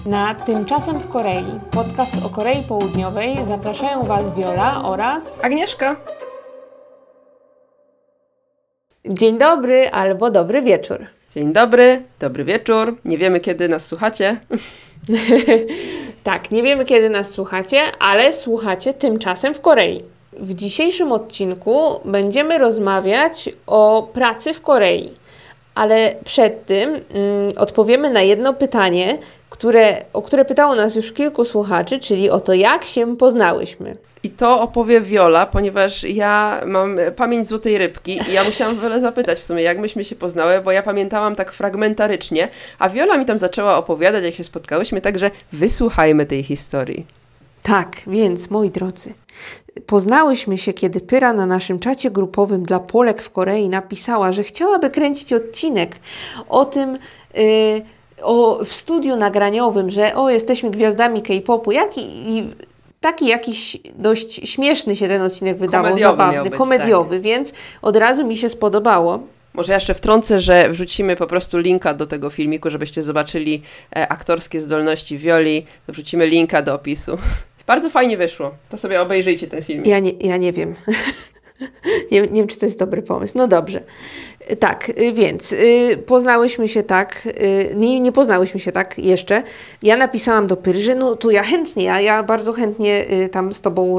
Na Tymczasem w Korei, podcast o Korei Południowej, zapraszają Was Wiola oraz Agnieszka. Dzień dobry albo dobry wieczór. Dzień dobry, dobry wieczór. Nie wiemy, kiedy nas słuchacie. Tak, nie wiemy, kiedy nas słuchacie, ale słuchacie Tymczasem w Korei. W dzisiejszym odcinku będziemy rozmawiać o pracy w Korei. Ale przed tym odpowiemy na jedno pytanie, o które pytało nas już kilku słuchaczy, czyli o to, jak się poznałyśmy. I to opowie Wiola, ponieważ ja mam pamięć złotej rybki i ja musiałam Wiolę zapytać w sumie, jak myśmy się poznały, bo ja pamiętałam tak fragmentarycznie, a Wiola mi tam zaczęła opowiadać, jak się spotkałyśmy, także wysłuchajmy tej historii. Tak, więc moi drodzy, poznałyśmy się, kiedy Pyra na naszym czacie grupowym dla Polek w Korei napisała, że chciałaby kręcić odcinek o tym, w studiu nagraniowym, że jesteśmy gwiazdami K-popu, taki jakiś dość śmieszny się ten odcinek wydawał, zabawny, komediowy, tak. Więc od razu mi się spodobało. Może jeszcze wtrącę, że wrzucimy po prostu linka do tego filmiku, żebyście zobaczyli aktorskie zdolności Wioli, to wrzucimy linka do opisu. Bardzo fajnie wyszło, to sobie obejrzyjcie ten filmik. Ja nie wiem. Nie wiem, czy to jest dobry pomysł. No dobrze. Tak, więc poznałyśmy się tak, nie poznałyśmy się tak jeszcze. Ja napisałam do Pyry, że no to ja chętnie, ja bardzo chętnie tam z Tobą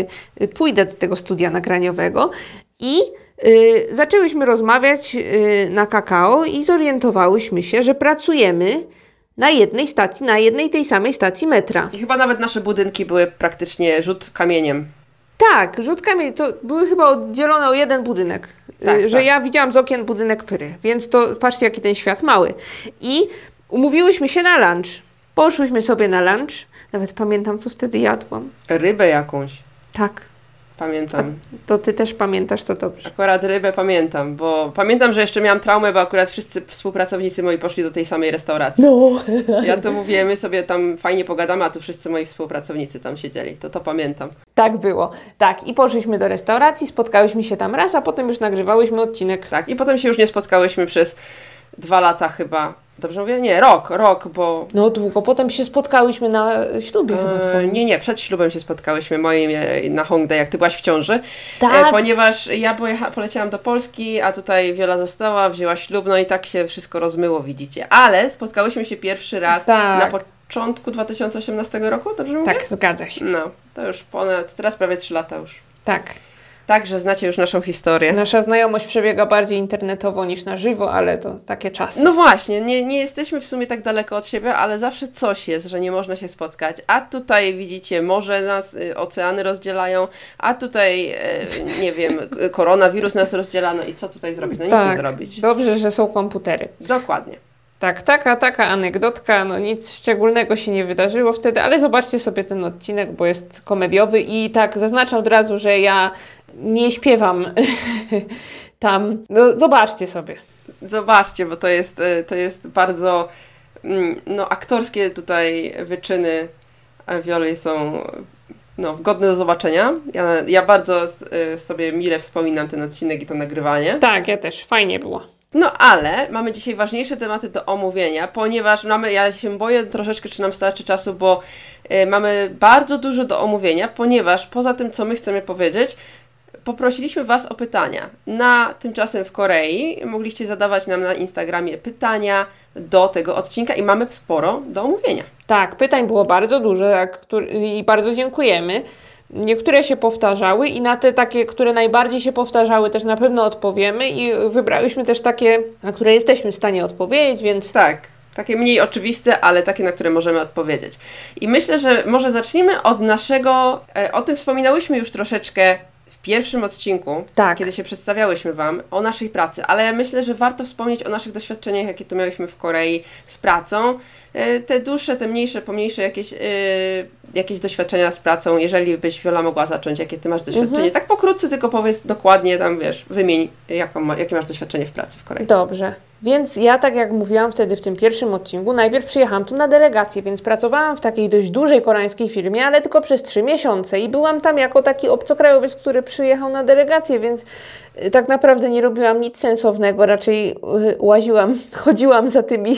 pójdę do tego studia nagraniowego i zaczęłyśmy rozmawiać na kakao i zorientowałyśmy się, że pracujemy na jednej stacji, na jednej tej samej stacji metra. I chyba nawet nasze budynki były praktycznie rzut kamieniem. Tak, rzut kamieniem. To były chyba oddzielone o jeden budynek. Tak. Ja widziałam z okien budynek Pyry, więc to patrzcie, jaki ten świat mały. I umówiłyśmy się na lunch. Poszłyśmy sobie na lunch. Nawet pamiętam, co wtedy jadłam. Rybę jakąś. Tak. Pamiętam. To ty też pamiętasz, to dobrze. Akurat rybę pamiętam, bo pamiętam, że jeszcze miałam traumę, bo akurat wszyscy współpracownicy moi poszli do tej samej restauracji. No. Ja to mówię, my sobie tam fajnie pogadamy, a tu wszyscy moi współpracownicy tam siedzieli. To pamiętam. Tak było. Tak. I poszliśmy do restauracji, spotkałyśmy się tam raz, a potem już nagrywałyśmy odcinek. Tak. I potem się już nie spotkałyśmy przez 2 lata chyba. Dobrze mówię? Nie, rok, bo... No długo. Potem się spotkałyśmy na ślubie chyba twoim. Nie, przed ślubem się spotkałyśmy moim na Hongdae, jak ty byłaś w ciąży. Tak. Ponieważ ja poleciałam do Polski, a tutaj Wiola została, wzięła ślub, no i tak się wszystko rozmyło, widzicie. Ale spotkałyśmy się pierwszy raz na początku 2018 roku, dobrze mówię? Tak, zgadza się. No, to już teraz prawie 3 lata już. Tak. Także znacie już naszą historię. Nasza znajomość przebiega bardziej internetowo niż na żywo, ale to takie czasy. No właśnie, nie jesteśmy w sumie tak daleko od siebie, ale zawsze coś jest, że nie można się spotkać. A tutaj widzicie, morze nas, oceany rozdzielają, a tutaj, nie wiem, koronawirus nas rozdziela, no i co tutaj zrobić? No nic nie zrobić. Dobrze, że są komputery. Dokładnie. Tak, taka anegdotka, no nic szczególnego się nie wydarzyło wtedy, ale zobaczcie sobie ten odcinek, bo jest komediowy i tak zaznaczam od razu, że ja nie śpiewam tam. No zobaczcie sobie. Zobaczcie, bo to jest bardzo aktorskie tutaj wyczyny Wioli są godne do zobaczenia. Ja bardzo sobie mile wspominam ten odcinek i to nagrywanie. Tak, ja też. Fajnie było. No ale mamy dzisiaj ważniejsze tematy do omówienia, ponieważ ja się boję troszeczkę, czy nam starczy czasu, bo mamy bardzo dużo do omówienia, ponieważ poza tym, co my chcemy powiedzieć, poprosiliśmy Was o pytania. Na Tymczasem w Korei mogliście zadawać nam na Instagramie pytania do tego odcinka i mamy sporo do omówienia. Tak, pytań było bardzo dużo i bardzo dziękujemy. Niektóre się powtarzały i na te takie, które najbardziej się powtarzały, też na pewno odpowiemy i wybrałyśmy też takie, na które jesteśmy w stanie odpowiedzieć, więc... Tak, takie mniej oczywiste, ale takie, na które możemy odpowiedzieć. I myślę, że może zacznijmy od o tym wspominałyśmy już troszeczkę w pierwszym odcinku, kiedy się przedstawiałyśmy Wam o naszej pracy, ale myślę, że warto wspomnieć o naszych doświadczeniach, jakie tu miałyśmy w Korei z pracą. Te dłuższe, te mniejsze, pomniejsze jakieś doświadczenia z pracą, jeżeli byś Wiola mogła zacząć, jakie ty masz doświadczenie. Tak pokrótce, tylko powiedz dokładnie, tam wymień, jakie masz doświadczenie w pracy w Korei. Dobrze. Więc ja, tak jak mówiłam wtedy w tym pierwszym odcinku, najpierw przyjechałam tu na delegację, więc pracowałam w takiej dość dużej koreańskiej firmie, ale tylko przez 3 miesiące i byłam tam jako taki obcokrajowiec, który przyjechał na delegację, więc tak naprawdę nie robiłam nic sensownego, raczej chodziłam za tymi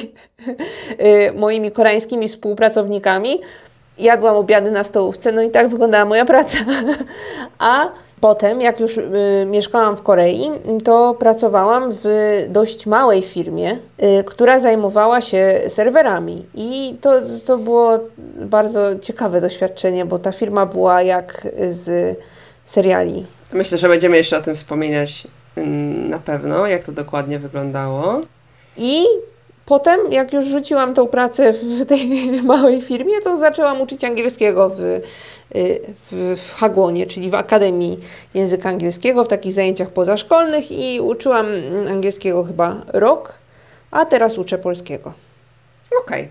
moimi koreańskimi współpracownikami, jadłam obiady na stołówce, no i tak wyglądała moja praca. A potem, jak już mieszkałam w Korei, to pracowałam w dość małej firmie, która zajmowała się serwerami. I to było bardzo ciekawe doświadczenie, bo ta firma była jak z seriali. Myślę, że będziemy jeszcze o tym wspominać na pewno, jak to dokładnie wyglądało. I potem, jak już rzuciłam tą pracę w tej małej firmie, to zaczęłam uczyć angielskiego w Hagwonie, czyli w Akademii Języka Angielskiego, w takich zajęciach pozaszkolnych i uczyłam angielskiego chyba rok, a teraz uczę polskiego. Okej.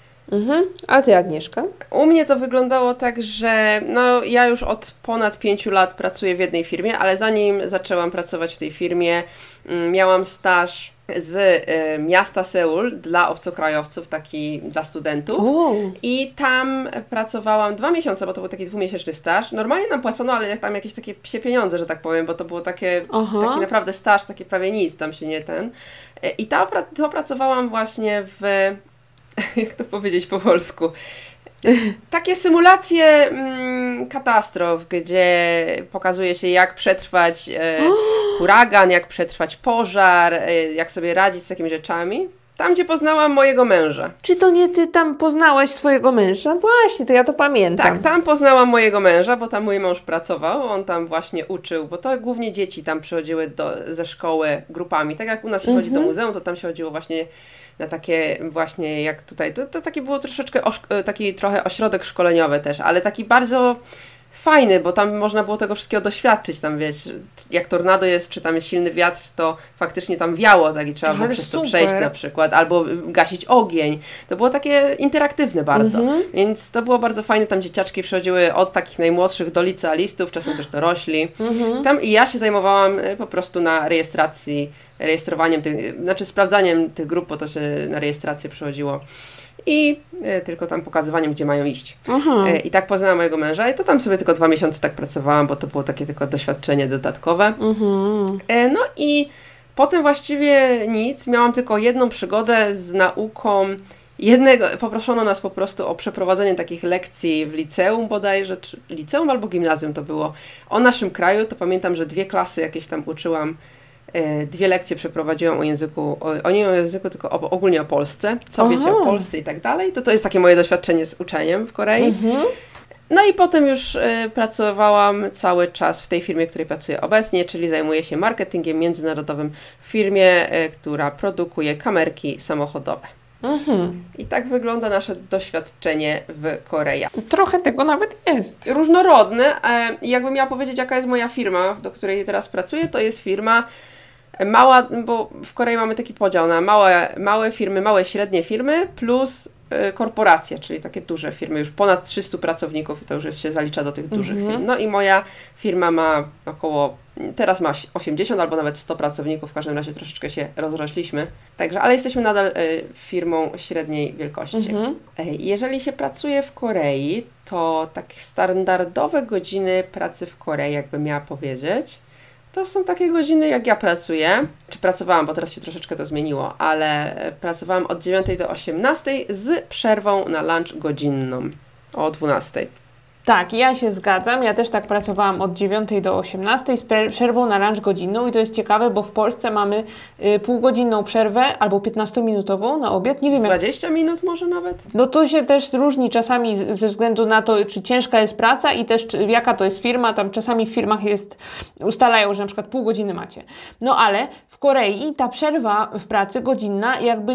A Ty, Agnieszka? U mnie to wyglądało tak, że ja już od ponad 5 lat pracuję w jednej firmie, ale zanim zaczęłam pracować w tej firmie, miałam staż z miasta Seul dla obcokrajowców, taki dla studentów. I tam pracowałam 2 miesiące, bo to był taki 2-miesięczny staż. Normalnie nam płacono, ale tam jakieś takie psie pieniądze, że tak powiem, bo to było taki naprawdę staż, takie prawie nic, tam się nie ten. I to pracowałam właśnie w, jak to powiedzieć po polsku, takie symulacje katastrof, gdzie pokazuje się, jak przetrwać huragan, jak przetrwać pożar, jak sobie radzić z takimi rzeczami. Tam, gdzie poznałam mojego męża. Czy to nie Ty tam poznałaś swojego męża? Właśnie, to ja to pamiętam. Tak, tam poznałam mojego męża, bo tam mój mąż pracował, on tam właśnie uczył, bo to głównie dzieci tam przychodziły ze szkoły grupami. Tak jak u nas się chodzi do muzeum, to tam się chodziło właśnie na takie właśnie jak tutaj. To taki było troszeczkę, taki trochę ośrodek szkoleniowy też, ale taki bardzo fajny, bo tam można było tego wszystkiego doświadczyć, tam wiesz, jak tornado jest, czy tam jest silny wiatr, to faktycznie tam wiało, tak, i trzeba było przez to przejść na przykład, albo gasić ogień. To było takie interaktywne bardzo, więc to było bardzo fajne, tam dzieciaczki przychodziły od takich najmłodszych do licealistów, czasem też dorośli. Tam i ja się zajmowałam po prostu na rejestrowaniem sprawdzaniem tych grup, bo to się na rejestrację przychodziło. I tylko tam pokazywaniem, gdzie mają iść. I tak poznałam mojego męża i to tam sobie tylko 2 miesiące tak pracowałam, bo to było takie tylko doświadczenie dodatkowe. No i potem właściwie nic. Miałam tylko jedną przygodę z nauką. Poproszono nas po prostu o przeprowadzenie takich lekcji w liceum bodajże, czy liceum albo gimnazjum to było. O naszym kraju, to pamiętam, że 2 klasy jakieś tam uczyłam. 2 lekcje przeprowadziłam nie o języku, tylko ogólnie o Polsce, co wiecie o Polsce i tak dalej. To jest takie moje doświadczenie z uczeniem w Korei. No i potem już pracowałam cały czas w tej firmie, w której pracuję obecnie, czyli zajmuję się marketingiem międzynarodowym w firmie, która produkuje kamerki samochodowe. I tak wygląda nasze doświadczenie w Korei. Trochę tego nawet jest. Różnorodne. Jakbym miała powiedzieć, jaka jest moja firma, do której teraz pracuję, to jest firma mała, bo w Korei mamy taki podział na małe firmy, małe, średnie firmy plus korporacje, czyli takie duże firmy, już ponad 300 pracowników, to już się zalicza do tych dużych firm. No i moja firma ma teraz ma 80 albo nawet 100 pracowników, w każdym razie troszeczkę się rozrośliśmy. Także, ale jesteśmy nadal firmą średniej wielkości. Jeżeli się pracuje w Korei, to takie standardowe godziny pracy w Korei, jakbym miała powiedzieć, to są takie godziny, jak ja pracuję, czy pracowałam, bo teraz się troszeczkę to zmieniło, ale pracowałam od 9 do 18 z przerwą na lunch godzinną o 12. Tak, ja się zgadzam. Ja też tak pracowałam od 9 do 18 z przerwą na lunch godzinną i to jest ciekawe, bo w Polsce mamy półgodzinną przerwę albo 15-minutową na obiad. Nie wiem, 20 minut może nawet? No to się też różni czasami ze względu na to, czy ciężka jest praca i też jaka to jest firma. Tam czasami w firmach ustalają, że na przykład pół godziny macie. No ale w Korei ta przerwa w pracy godzinna jakby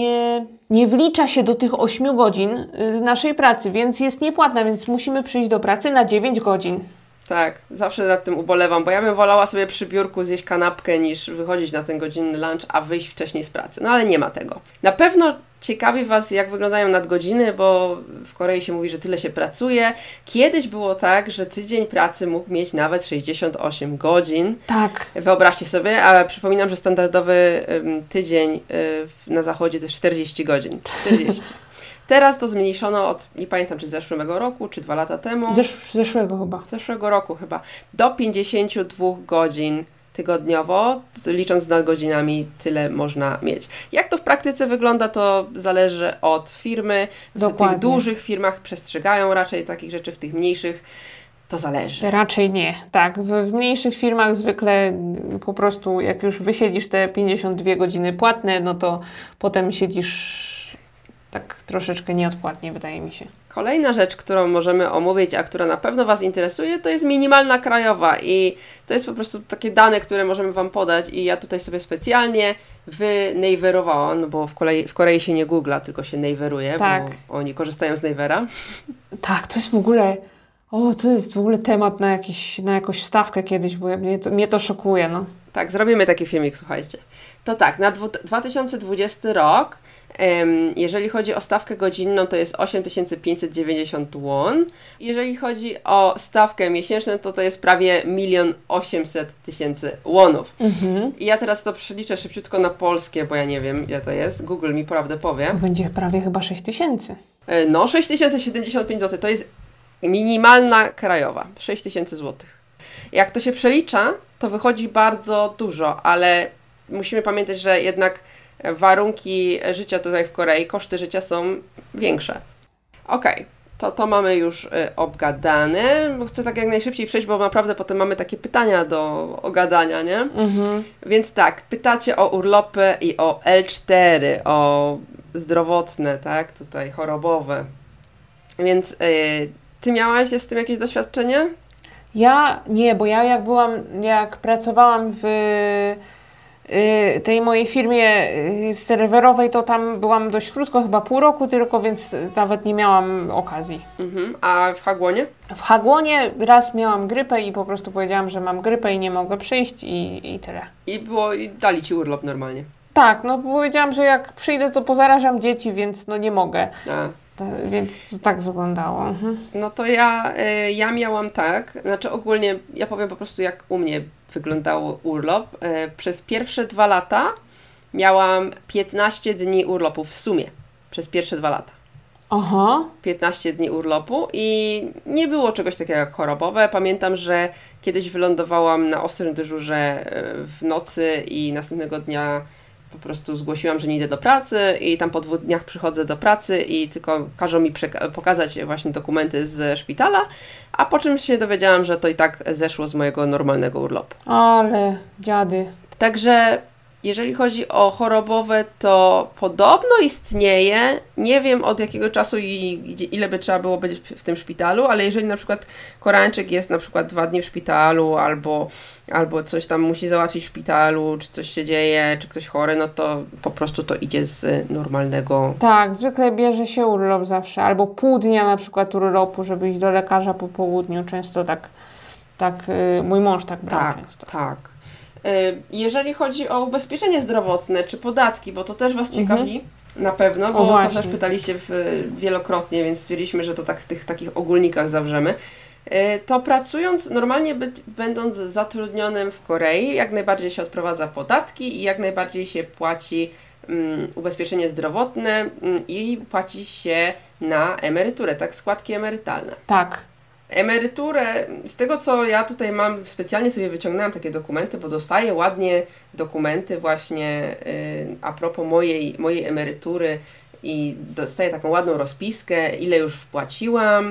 nie wlicza się do tych 8 godzin naszej pracy, więc jest niepłatna, więc musimy przyjść do pracy na 9 godzin. Tak, zawsze nad tym ubolewam, bo ja bym wolała sobie przy biurku zjeść kanapkę niż wychodzić na ten godzinny lunch, a wyjść wcześniej z pracy. No ale nie ma tego. Na pewno ciekawi Was, jak wyglądają nadgodziny, bo w Korei się mówi, że tyle się pracuje. Kiedyś było tak, że tydzień pracy mógł mieć nawet 68 godzin. Tak. Wyobraźcie sobie, ale przypominam, że standardowy tydzień na zachodzie to jest 40 godzin. 40. Teraz to zmniejszono od, nie pamiętam, czy z zeszłego roku, czy 2 lata temu. Zeszłego chyba. Zeszłego roku chyba. Do 52 godzin tygodniowo, licząc z nadgodzinami, tyle można mieć. Jak to w praktyce wygląda, to zależy od firmy. W tych dużych firmach przestrzegają raczej takich rzeczy, w tych mniejszych to zależy. Raczej nie. Tak, w mniejszych firmach zwykle po prostu jak już wysiedzisz te 52 godziny płatne, no to potem siedzisz tak troszeczkę nieodpłatnie, wydaje mi się. Kolejna rzecz, którą możemy omówić, a która na pewno Was interesuje, to jest minimalna krajowa i to jest po prostu takie dane, które możemy Wam podać i ja tutaj sobie specjalnie wynejwerowałam, no bo w Korei się nie googla, tylko się nejweruje, tak. Bo oni korzystają z Naivera. Tak, to jest w ogóle... to jest w ogóle temat na jakąś wstawkę kiedyś, bo mnie to szokuje, no. Tak, zrobimy taki filmik, słuchajcie. To tak, na 2020 rok, jeżeli chodzi o stawkę godzinną, to jest 8590 won. Jeżeli chodzi o stawkę miesięczną, to jest prawie 1 800 000 wonów. I ja teraz to przeliczę szybciutko na polskie, bo ja nie wiem, ile to jest. Google mi prawdę powie. To będzie prawie chyba 6000. No, 6075 zł. To jest minimalna krajowa. 6000 zł. Jak to się przelicza, to wychodzi bardzo dużo, ale musimy pamiętać, że jednak warunki życia tutaj w Korei, koszty życia są większe. Okej, to mamy już obgadane, bo chcę tak jak najszybciej przejść, bo naprawdę potem mamy takie pytania do ogadania, nie? Więc tak, pytacie o urlopy i o L4, o zdrowotne, tak? Tutaj chorobowe. Więc Ty miałaś z tym jakieś doświadczenie? Ja nie, bo ja jak pracowałam w tej mojej firmie serwerowej, to tam byłam dość krótko, chyba pół roku tylko, więc nawet nie miałam okazji. A w Hagłonie? W Hagłonie raz miałam grypę i po prostu powiedziałam, że mam grypę i nie mogę przyjść i tyle. I dali Ci urlop normalnie? Tak, no powiedziałam, że jak przyjdę, to pozarażam dzieci, więc no nie mogę. Więc to tak wyglądało. No to ja miałam tak, znaczy ogólnie ja powiem po prostu jak u mnie wyglądał urlop. Przez pierwsze 2 lata miałam 15 dni urlopu w sumie. Przez pierwsze 2 lata. 15 dni urlopu i nie było czegoś takiego jak chorobowe. Pamiętam, że kiedyś wylądowałam na ostrym dyżurze w nocy i następnego dnia po prostu zgłosiłam, że nie idę do pracy i tam po 2 dniach przychodzę do pracy i tylko każą mi pokazać właśnie dokumenty z szpitala, a po czym się dowiedziałam, że to i tak zeszło z mojego normalnego urlopu. Ale dziady. Także jeżeli chodzi o chorobowe, to podobno istnieje. Nie wiem od jakiego czasu i ile by trzeba było być w tym szpitalu, ale jeżeli na przykład Koreańczyk jest na przykład 2 dni w szpitalu albo coś tam musi załatwić w szpitalu, czy coś się dzieje, czy ktoś chory, no to po prostu to idzie z normalnego... Tak, zwykle bierze się urlop zawsze, albo pół dnia na przykład urlopu, żeby iść do lekarza po południu. Często tak mój mąż tak brał często. Tak. Jeżeli chodzi o ubezpieczenie zdrowotne czy podatki, bo to też Was ciekawi na pewno, bo to też pytaliście wielokrotnie, więc stwierdziliśmy, że to tak w tych takich ogólnikach zawrzemy. To pracując, normalnie będąc zatrudnionym w Korei, jak najbardziej się odprowadza podatki i jak najbardziej się płaci ubezpieczenie zdrowotne i płaci się na emeryturę, tak, składki emerytalne. Tak. Emeryturę, z tego co ja tutaj mam, specjalnie sobie wyciągnęłam takie dokumenty, bo dostaję ładnie dokumenty właśnie a propos mojej emerytury i dostaję taką ładną rozpiskę, ile już wpłaciłam,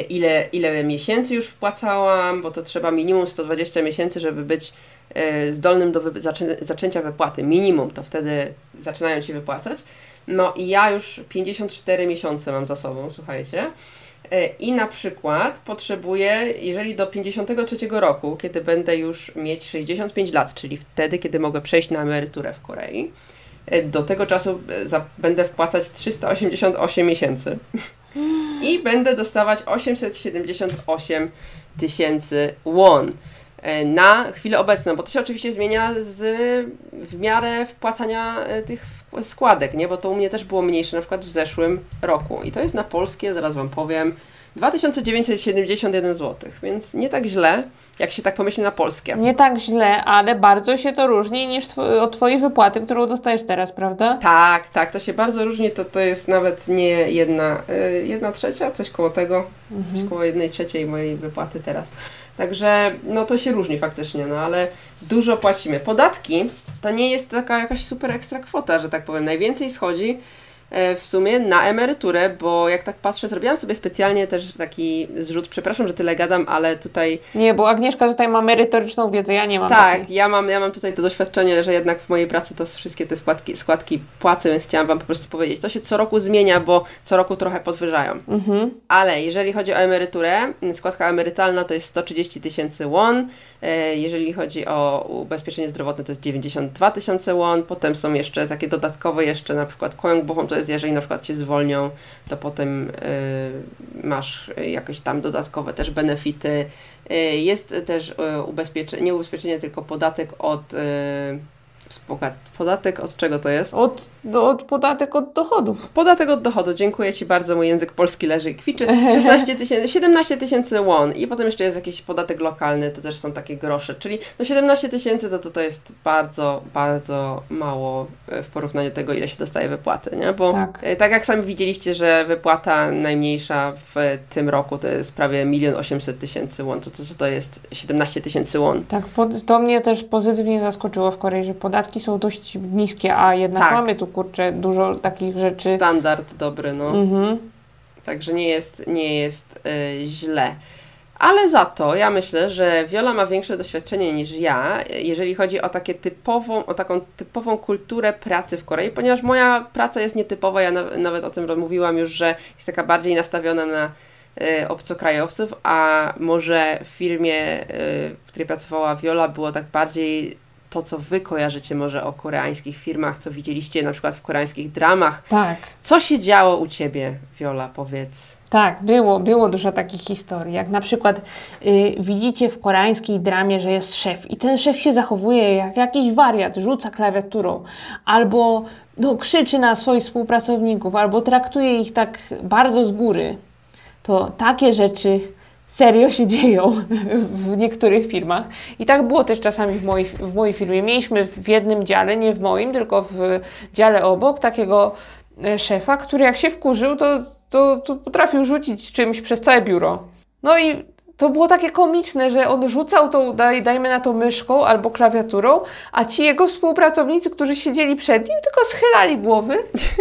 ile miesięcy już wpłacałam, bo to trzeba minimum 120 miesięcy, żeby być zdolnym do zaczęcia wypłaty. Minimum, to wtedy zaczynają Ci wypłacać. No i ja już 54 miesiące mam za sobą, słuchajcie. I na przykład potrzebuję, jeżeli do 53 roku, kiedy będę już mieć 65 lat, czyli wtedy, kiedy mogę przejść na emeryturę w Korei, do tego czasu będę wpłacać 388 miesięcy i będę dostawać 878 000 won. na chwilę obecną, bo to się oczywiście zmienia w miarę wpłacania tych składek, nie? Bo to u mnie też było mniejsze, na przykład w zeszłym roku. I to jest na polskie, zaraz Wam powiem, 2971 zł, więc nie tak źle, jak się tak pomyśli na polskie. Nie tak źle, ale bardzo się to różni niż od Twojej wypłaty, którą dostajesz teraz, prawda? Tak, to się bardzo różni, to jest nawet nie jedna trzecia, coś koło tego, coś koło 1/3 mojej wypłaty teraz. Także no to się różni faktycznie, no ale dużo płacimy. Podatki to nie jest taka jakaś super ekstra kwota, że tak powiem. Najwięcej schodzi w sumie na emeryturę, bo jak tak patrzę, zrobiłam sobie specjalnie też taki zrzut, przepraszam, że tyle gadam, ale tutaj... Nie, bo Agnieszka tutaj ma merytoryczną wiedzę, ja nie mam Tak, takiej. ja mam tutaj to doświadczenie, że jednak w mojej pracy to wszystkie te składki płacę, więc chciałam Wam po prostu powiedzieć. To się co roku zmienia, bo co roku trochę podwyżają. Ale jeżeli chodzi o emeryturę, składka emerytalna to jest 130 000 won, jeżeli chodzi o ubezpieczenie zdrowotne to jest 92 000 won, potem są jeszcze takie dodatkowe jeszcze na przykład kojąg-bochum, to jest jeżeli na przykład Cię zwolnią, to potem masz jakieś tam dodatkowe też benefity. Jest też nie ubezpieczenie, tylko podatek od... Podatek od czego to jest? Podatek od dochodów. Podatek od dochodu. Dziękuję Ci bardzo, mój język polski leży i kwiczy. 17 000 won i potem jeszcze jest jakiś podatek lokalny, to też są takie grosze, czyli 17 000 to jest bardzo, bardzo mało w porównaniu do tego, ile się dostaje wypłaty, nie? Bo tak jak sami widzieliście, że wypłata najmniejsza w tym roku to jest prawie 1 800 000 won, to jest 17 000 won. Tak, to mnie też pozytywnie zaskoczyło w Korei, że podatki są dość niskie, a jednak mamy tu, kurczę, dużo takich rzeczy. Standard dobry, no. Także nie jest źle. Ale za to ja myślę, że Viola ma większe doświadczenie niż ja, jeżeli chodzi o taką typową kulturę pracy w Korei, ponieważ moja praca jest nietypowa, ja nawet o tym mówiłam już, że jest taka bardziej nastawiona na obcokrajowców, a może w firmie, w której pracowała Viola, było tak bardziej to, co Wy kojarzycie może o koreańskich firmach, co widzieliście na przykład w koreańskich dramach. Tak. Co się działo u Ciebie, Viola, powiedz? Tak, było dużo takich historii. Jak na przykład widzicie w koreańskiej dramie, że jest szef i ten szef się zachowuje jak jakiś wariat, rzuca klawiaturą albo krzyczy na swoich współpracowników, albo traktuje ich tak bardzo z góry. To takie rzeczy serio się dzieją w niektórych firmach. I tak było też czasami w mojej firmie. Mieliśmy w jednym dziale, nie w moim, tylko w dziale obok, takiego szefa, który jak się wkurzył, to potrafił rzucić czymś przez całe biuro. No i to było takie komiczne, że on rzucał tą, dajmy na to, myszką albo klawiaturą, a ci jego współpracownicy, którzy siedzieli przed nim, tylko schylali głowy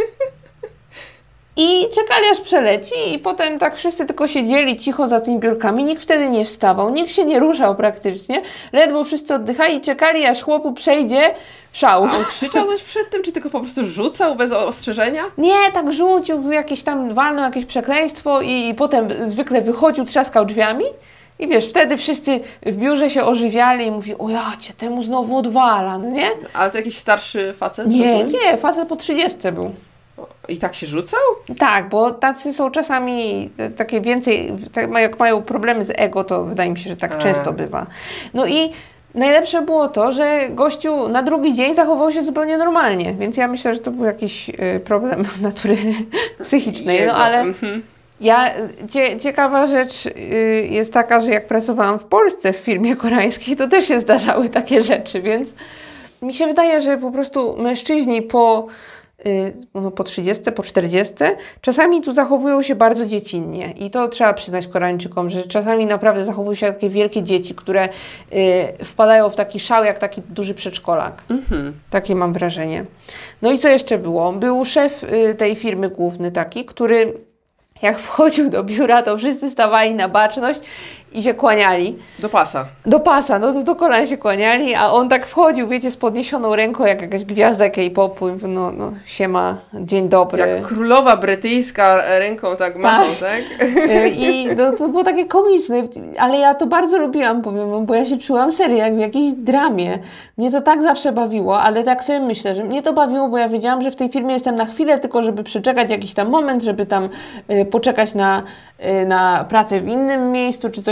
i czekali, aż przeleci, i potem tak wszyscy tylko siedzieli cicho za tymi biurkami, nikt wtedy nie wstawał, nikt się nie ruszał praktycznie, ledwo wszyscy oddychali i czekali, aż chłopu przejdzie szał. A on krzyczał coś przed tym, czy tylko po prostu rzucał bez ostrzeżenia? Nie, tak rzucił, walnął jakieś przekleństwo i potem zwykle wychodził, trzaskał drzwiami. I wiesz, wtedy wszyscy w biurze się ożywiali i mówili, o jacie, temu znowu odwala, no nie? Ale to jakiś starszy facet? Nie, facet po 30 był. I tak się rzucał? Tak, bo tacy są czasami takie więcej, jak mają problemy z ego, to wydaje mi się, że tak często bywa. No i najlepsze było to, że gościu na drugi dzień zachował się zupełnie normalnie, więc ja myślę, że to był jakiś problem natury psychicznej, no ale... Ciekawa rzecz jest taka, że jak pracowałam w Polsce w firmie koreańskiej, to też się zdarzały takie rzeczy, więc mi się wydaje, że po prostu mężczyźni po 30, po 40 czasami tu zachowują się bardzo dziecinnie i to trzeba przyznać Koreańczykom, że czasami naprawdę zachowują się jak takie wielkie dzieci, które wpadają w taki szał jak taki duży przedszkolak. Takie mam wrażenie. No i co jeszcze było? Był szef tej firmy główny taki, który jak wchodził do biura, to wszyscy stawali na baczność i się kłaniali. Do pasa, no to do kolan się kłaniali, a on tak wchodził, wiecie, z podniesioną ręką, jak jakaś gwiazda K-popu, no siema, dzień dobry. Jak królowa brytyjska ręką tak machał, tak? I to było takie komiczne, ale ja to bardzo lubiłam, powiem wam, bo ja się czułam serio, jak w jakiejś dramie. Mnie to tak zawsze bawiło, ale tak sobie myślę, że mnie to bawiło, bo ja wiedziałam, że w tej firmie jestem na chwilę, tylko żeby przeczekać jakiś tam moment, żeby tam poczekać na pracę w innym miejscu, czy coś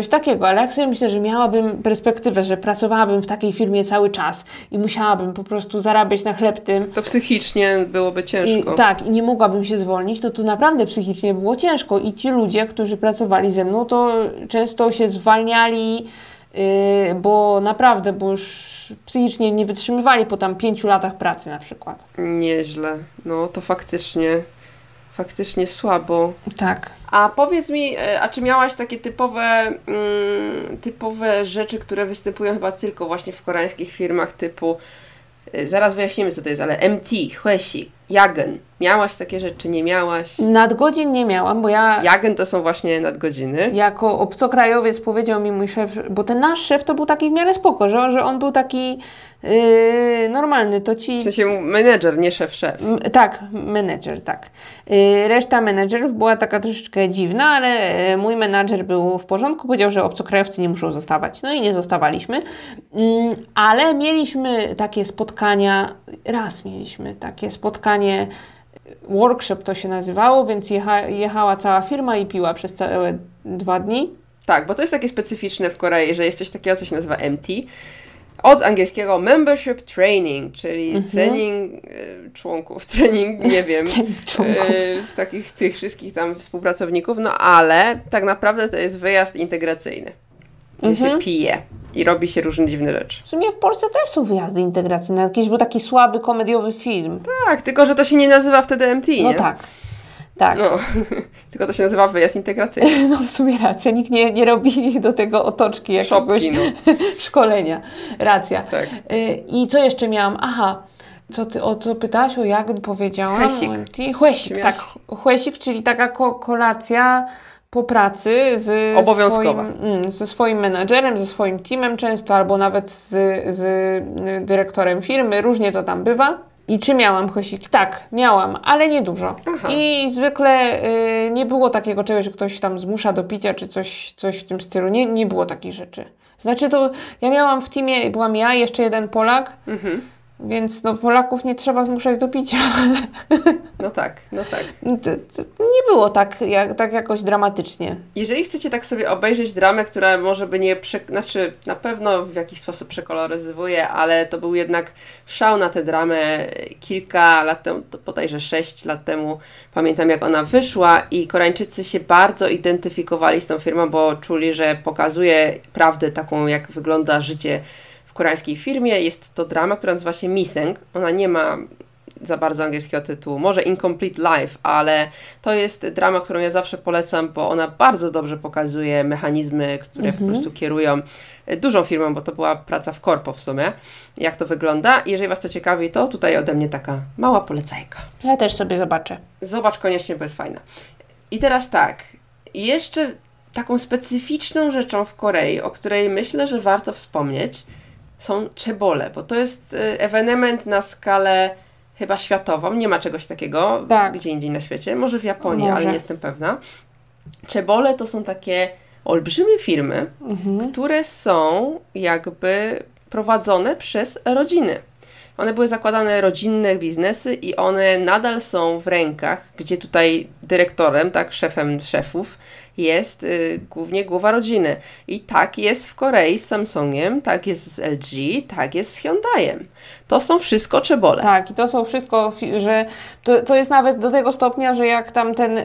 coś takiego, ale jak sobie myślę, że miałabym perspektywę, że pracowałabym w takiej firmie cały czas i musiałabym po prostu zarabiać na chleb tym. To psychicznie byłoby ciężko. I nie mogłabym się zwolnić, to naprawdę psychicznie było ciężko. I ci ludzie, którzy pracowali ze mną, to często się zwalniali, bo już psychicznie nie wytrzymywali po tam 5 latach pracy na przykład. Nieźle. No to faktycznie słabo. Tak. A powiedz mi, a czy miałaś takie typowe rzeczy, które występują chyba tylko właśnie w koreańskich firmach typu, zaraz wyjaśnimy co to jest, ale MT, Hwesi, Yagen. Miałaś takie rzeczy, nie miałaś? Nadgodzin nie miałam, bo ja... Yagen to są właśnie nadgodziny. Jako obcokrajowiec powiedział mi mój szef, bo ten nasz szef to był taki w miarę spoko, że on był taki normalny, to ci... W sensie menedżer, nie szef. Tak, menedżer, tak. Reszta menedżerów była taka troszeczkę dziwna, ale mój menadżer był w porządku, powiedział, że obcokrajowcy nie muszą zostawać. No i nie zostawaliśmy, ale mieliśmy takie spotkania, raz mieliśmy takie spotkanie, workshop to się nazywało, więc jechała cała firma i piła przez całe 2 dni. Tak, bo to jest takie specyficzne w Korei, że jest coś takiego, co się nazywa MT. Od angielskiego membership training, czyli trening członków, nie wiem, takich tych wszystkich tam współpracowników, no ale tak naprawdę to jest wyjazd integracyjny, gdzie się pije i robi się różne dziwne rzeczy. W sumie w Polsce też są wyjazdy integracyjne, jakiś był taki słaby komediowy film. Tak, tylko że to się nie nazywa wtedy MT, nie? No tak. Tak. No, tylko to się nazywa wyjazd integracyjny. No w sumie racja, nikt nie robi do tego otoczki jakiegoś szkolenia. Racja. Tak. I co jeszcze miałam? Aha, o co pytałaś? O jak powiedziałam? Hwesik, tak. Hwesik, czyli taka kolacja po pracy ze swoim menadżerem, ze swoim teamem często, albo nawet z dyrektorem firmy. Różnie to tam bywa. I czy miałam hwesik? Tak, miałam, ale nie dużo. Aha. I zwykle nie było takiego czegoś, że ktoś tam zmusza do picia, czy coś w tym stylu. Nie było takich rzeczy. Znaczy to ja miałam w teamie, byłam ja, jeszcze jeden Polak, więc no Polaków nie trzeba zmuszać do picia. No tak. Nie było tak jakoś dramatycznie. Jeżeli chcecie tak sobie obejrzeć dramę, która może by nie, znaczy na pewno w jakiś sposób przekoloryzuje, ale to był jednak szał na tę dramę kilka lat temu, to bodajże 6 lat temu, pamiętam jak ona wyszła i Koreańczycy się bardzo identyfikowali z tą firmą, bo czuli, że pokazuje prawdę taką, jak wygląda życie w koreańskiej firmie. Jest to drama, która nazywa się Miseng. Ona nie ma za bardzo angielskiego tytułu, może Incomplete Life, ale to jest drama, którą ja zawsze polecam, bo ona bardzo dobrze pokazuje mechanizmy, które po prostu kierują dużą firmą, bo to była praca w korpo w sumie, jak to wygląda. Jeżeli Was to ciekawi, to tutaj ode mnie taka mała polecajka. Ja też sobie zobaczę. Zobacz koniecznie, bo jest fajna. I teraz tak, jeszcze taką specyficzną rzeczą w Korei, o której myślę, że warto wspomnieć, są chaebole, bo to jest ewenement na skalę chyba światową, nie ma czegoś takiego gdzie indziej na świecie, może w Japonii, ale nie jestem pewna. Chaebole to są takie olbrzymie firmy, które są jakby prowadzone przez rodziny. One były zakładane rodzinne biznesy i one nadal są w rękach, gdzie tutaj dyrektorem, tak, szefem szefów jest głównie głowa rodziny. I tak jest w Korei z Samsungiem, tak jest z LG, tak jest z Hyundaiem. To są wszystko chaebole. Tak, i to są wszystko, że to jest nawet do tego stopnia, że jak tam ten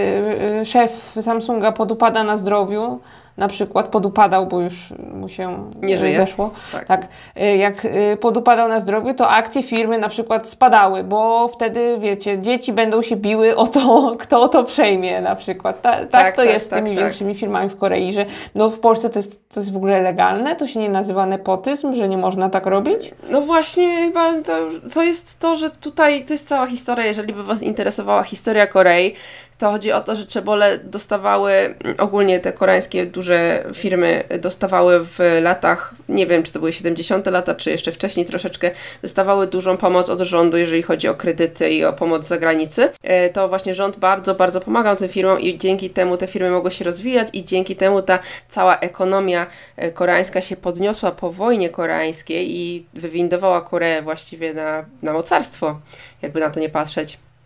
szef Samsunga podupada na zdrowiu, na przykład podupadał, bo już mu się nie zeszło. Tak. Jak podupadał na zdrowiu, to akcje firmy na przykład spadały, bo wtedy, wiecie, dzieci będą się biły o to, kto to przejmie na przykład. Tak to jest z tymi większymi firmami w Korei, że no w Polsce to jest w ogóle legalne, to się nie nazywa nepotyzm, że nie można tak robić? No właśnie, chyba to jest to, że tutaj to jest cała historia, jeżeli by Was interesowała historia Korei, to chodzi o to, że chaebole dostawały, ogólnie te koreańskie duże firmy dostawały w latach, nie wiem czy to były 70 lata, czy jeszcze wcześniej troszeczkę, dostawały dużą pomoc od rządu, jeżeli chodzi o kredyty i o pomoc z zagranicy. To właśnie rząd bardzo, bardzo pomagał tym firmom i dzięki temu te firmy mogły się rozwijać i dzięki temu ta cała ekonomia koreańska się podniosła po wojnie koreańskiej i wywindowała Koreę właściwie na mocarstwo, jakby na to nie patrzeć.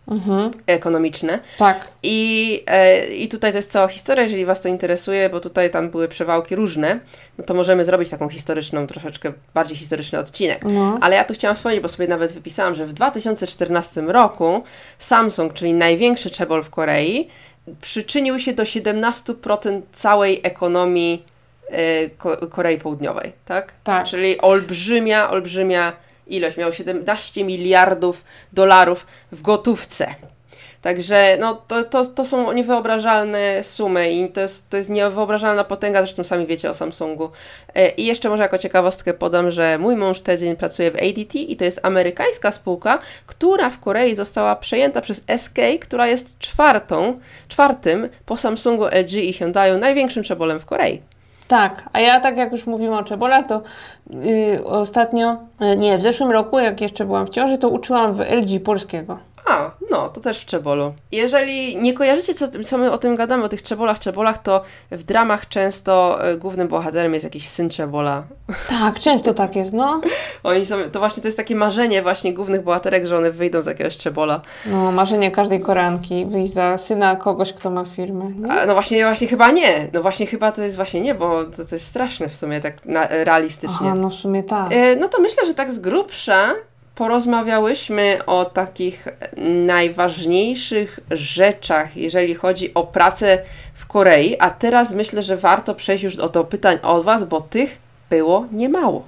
ekonomiczne. Tak. I tutaj to jest cała historia, jeżeli Was to interesuje, bo tutaj tam były przewałki różne, no to możemy zrobić taką historyczną, troszeczkę bardziej historyczny odcinek. No. Ale ja tu chciałam wspomnieć, bo sobie nawet wypisałam, że w 2014 roku Samsung, czyli największy chaebol w Korei, przyczynił się do 17% całej ekonomii Korei Południowej, tak? Tak. Czyli olbrzymia ilość. Miał 17 miliardów dolarów w gotówce. Także no, to są niewyobrażalne sumy i to jest niewyobrażalna potęga, zresztą sami wiecie o Samsungu. I jeszcze może jako ciekawostkę podam, że mój mąż tydzień pracuje w ADT i to jest amerykańska spółka, która w Korei została przejęta przez SK, która jest czwartym po Samsungu, LG i Hyundaiu największym chaebolem w Korei. Tak, a ja tak jak już mówimy o chaebolach, to ostatnio, w zeszłym roku, jak jeszcze byłam w ciąży, to uczyłam w LG polskiego. A, no, to też w chaebolu. Jeżeli nie kojarzycie, co my o tym gadamy, o tych chaebolach, to w dramach często głównym bohaterem jest jakiś syn chaebola. Tak, często tak jest, no. To jest takie marzenie właśnie głównych bohaterek, że one wyjdą z jakiegoś chaebola. No, marzenie każdej Koreanki, wyjść za syna kogoś, kto ma firmę, nie? No właśnie chyba nie. No właśnie chyba to jest właśnie nie, bo to jest straszne w sumie, tak realistycznie. Aha, no w sumie tak. No to myślę, że tak z grubsza porozmawiałyśmy o takich najważniejszych rzeczach, jeżeli chodzi o pracę w Korei, a teraz myślę, że warto przejść już do pytań od Was, bo tych było niemało.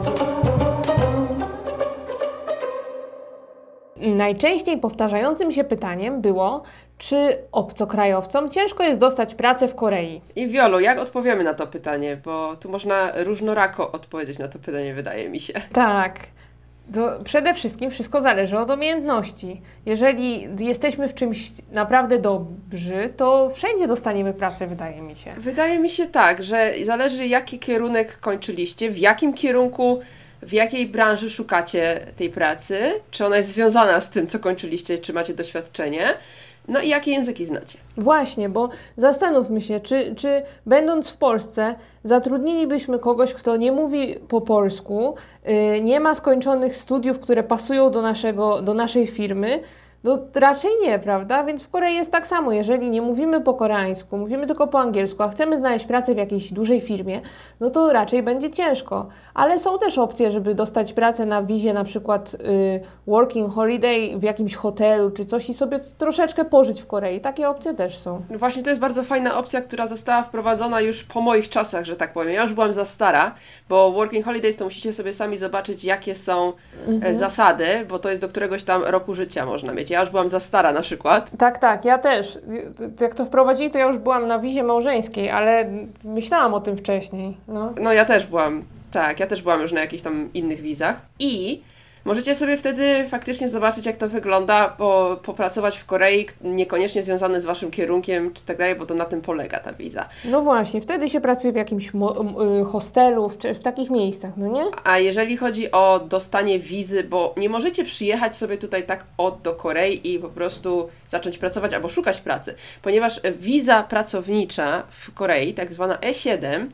Najczęściej powtarzającym się pytaniem było, czy obcokrajowcom ciężko jest dostać pracę w Korei? I Wiolu, jak odpowiemy na to pytanie? Bo tu można różnorako odpowiedzieć na to pytanie, wydaje mi się. Tak. To przede wszystkim wszystko zależy od umiejętności. Jeżeli jesteśmy w czymś naprawdę dobrzy, to wszędzie dostaniemy pracę, wydaje mi się. Wydaje mi się tak, że zależy jaki kierunek kończyliście, w jakim kierunku, w jakiej branży szukacie tej pracy, czy ona jest związana z tym, co kończyliście, czy macie doświadczenie. No i jakie języki znacie? Właśnie, bo zastanówmy się, czy będąc w Polsce zatrudnilibyśmy kogoś, kto nie mówi po polsku, nie ma skończonych studiów, które pasują do naszej firmy. No raczej nie, prawda? Więc w Korei jest tak samo. Jeżeli nie mówimy po koreańsku, mówimy tylko po angielsku, a chcemy znaleźć pracę w jakiejś dużej firmie, no to raczej będzie ciężko. Ale są też opcje, żeby dostać pracę na wizie, na przykład working holiday w jakimś hotelu czy coś i sobie troszeczkę pożyć w Korei. Takie opcje też są. No właśnie to jest bardzo fajna opcja, która została wprowadzona już po moich czasach, że tak powiem. Ja już byłam za stara, bo working holidays to musicie sobie sami zobaczyć, jakie są zasady, bo to jest do któregoś tam roku życia można mieć. Ja już byłam za stara na przykład. Tak, ja też. Jak to wprowadzili, to ja już byłam na wizie małżeńskiej, ale myślałam o tym wcześniej. No ja też byłam, ja też byłam już na jakichś tam innych wizach i możecie sobie wtedy faktycznie zobaczyć, jak to wygląda, popracować w Korei, niekoniecznie związane z Waszym kierunkiem, czy tak dalej, bo to na tym polega ta wiza. No właśnie, wtedy się pracuje w jakimś hostelu, czy w takich miejscach, no nie? A jeżeli chodzi o dostanie wizy, bo nie możecie przyjechać sobie tutaj tak do Korei i po prostu zacząć pracować albo szukać pracy, ponieważ wiza pracownicza w Korei, tak zwana E7,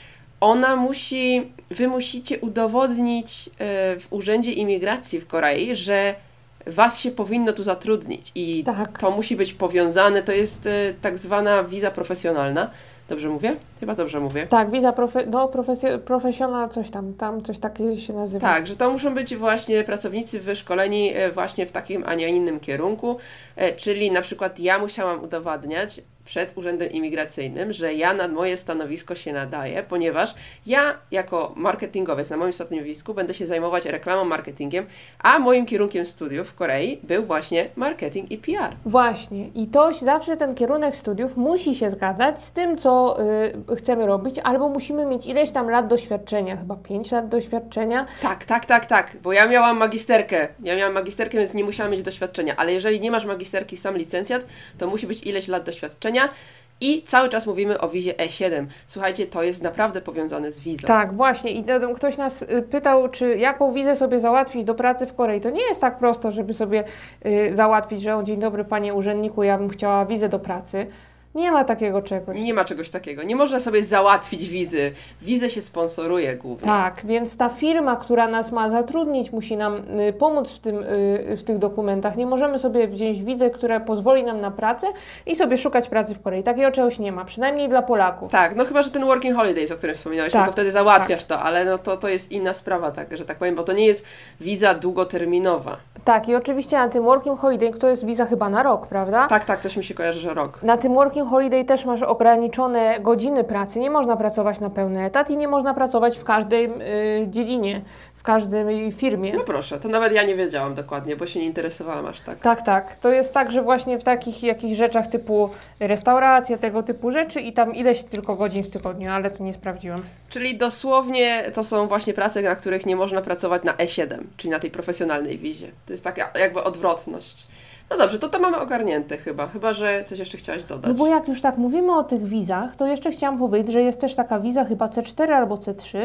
wy musicie udowodnić w Urzędzie Imigracji w Korei, że Was się powinno tu zatrudnić i to musi być powiązane, to jest tak zwana wiza profesjonalna. Dobrze mówię? Chyba dobrze mówię. Tak, wiza profesjonalna, tam coś takiego się nazywa. Tak, że to muszą być właśnie pracownicy wyszkoleni właśnie w takim, a nie innym kierunku, czyli na przykład ja musiałam udowadniać przed Urzędem Imigracyjnym, że ja na moje stanowisko się nadaję, ponieważ ja jako marketingowiec na moim stanowisku będę się zajmować reklamą, marketingiem, a moim kierunkiem studiów w Korei był właśnie marketing i PR. Właśnie. I zawsze ten kierunek studiów musi się zgadzać z tym, co chcemy robić, albo musimy mieć ileś tam lat doświadczenia, chyba 5 lat doświadczenia. Tak, bo ja miałam magisterkę, więc nie musiałam mieć doświadczenia, ale jeżeli nie masz magisterki, sam licencjat, to musi być ileś lat doświadczenia. I cały czas mówimy o wizie E7. Słuchajcie, to jest naprawdę powiązane z wizą. Tak, właśnie. I ktoś nas pytał, czy jaką wizę sobie załatwić do pracy w Korei. To nie jest tak prosto, żeby sobie załatwić, że dzień dobry panie urzędniku, ja bym chciała wizę do pracy. Nie ma takiego czegoś. Nie ma czegoś takiego. Nie można sobie załatwić wizy. Wizę się sponsoruje głównie. Tak, więc ta firma, która nas ma zatrudnić, musi nam pomóc w tych dokumentach. Nie możemy sobie wziąć wizę, która pozwoli nam na pracę i sobie szukać pracy w Korei. Takiego czegoś nie ma, przynajmniej dla Polaków. Tak, no chyba, że ten working holidays, o którym wspominaliśmy, to wtedy załatwiasz to, ale no to jest inna sprawa, tak, że tak powiem, bo to nie jest wiza długoterminowa. Tak, i oczywiście na tym working holiday, to jest wiza chyba na rok, prawda? Tak, coś mi się kojarzy, że rok. Na tym working holiday też masz ograniczone godziny pracy, nie można pracować na pełny etat i nie można pracować w każdej dziedzinie, w każdej firmie. No proszę, to nawet ja nie wiedziałam dokładnie, bo się nie interesowałam aż tak. Tak. To jest tak, że właśnie w takich jakichś rzeczach typu restauracja, tego typu rzeczy i tam ileś tylko godzin w tygodniu, ale to nie sprawdziłam. Czyli dosłownie to są właśnie prace, na których nie można pracować na E7, czyli na tej profesjonalnej wizie. To jest taka jakby odwrotność. No dobrze, to mamy ogarnięte chyba, że coś jeszcze chciałaś dodać. No bo jak już tak mówimy o tych wizach, to jeszcze chciałam powiedzieć, że jest też taka wiza chyba C4 albo C3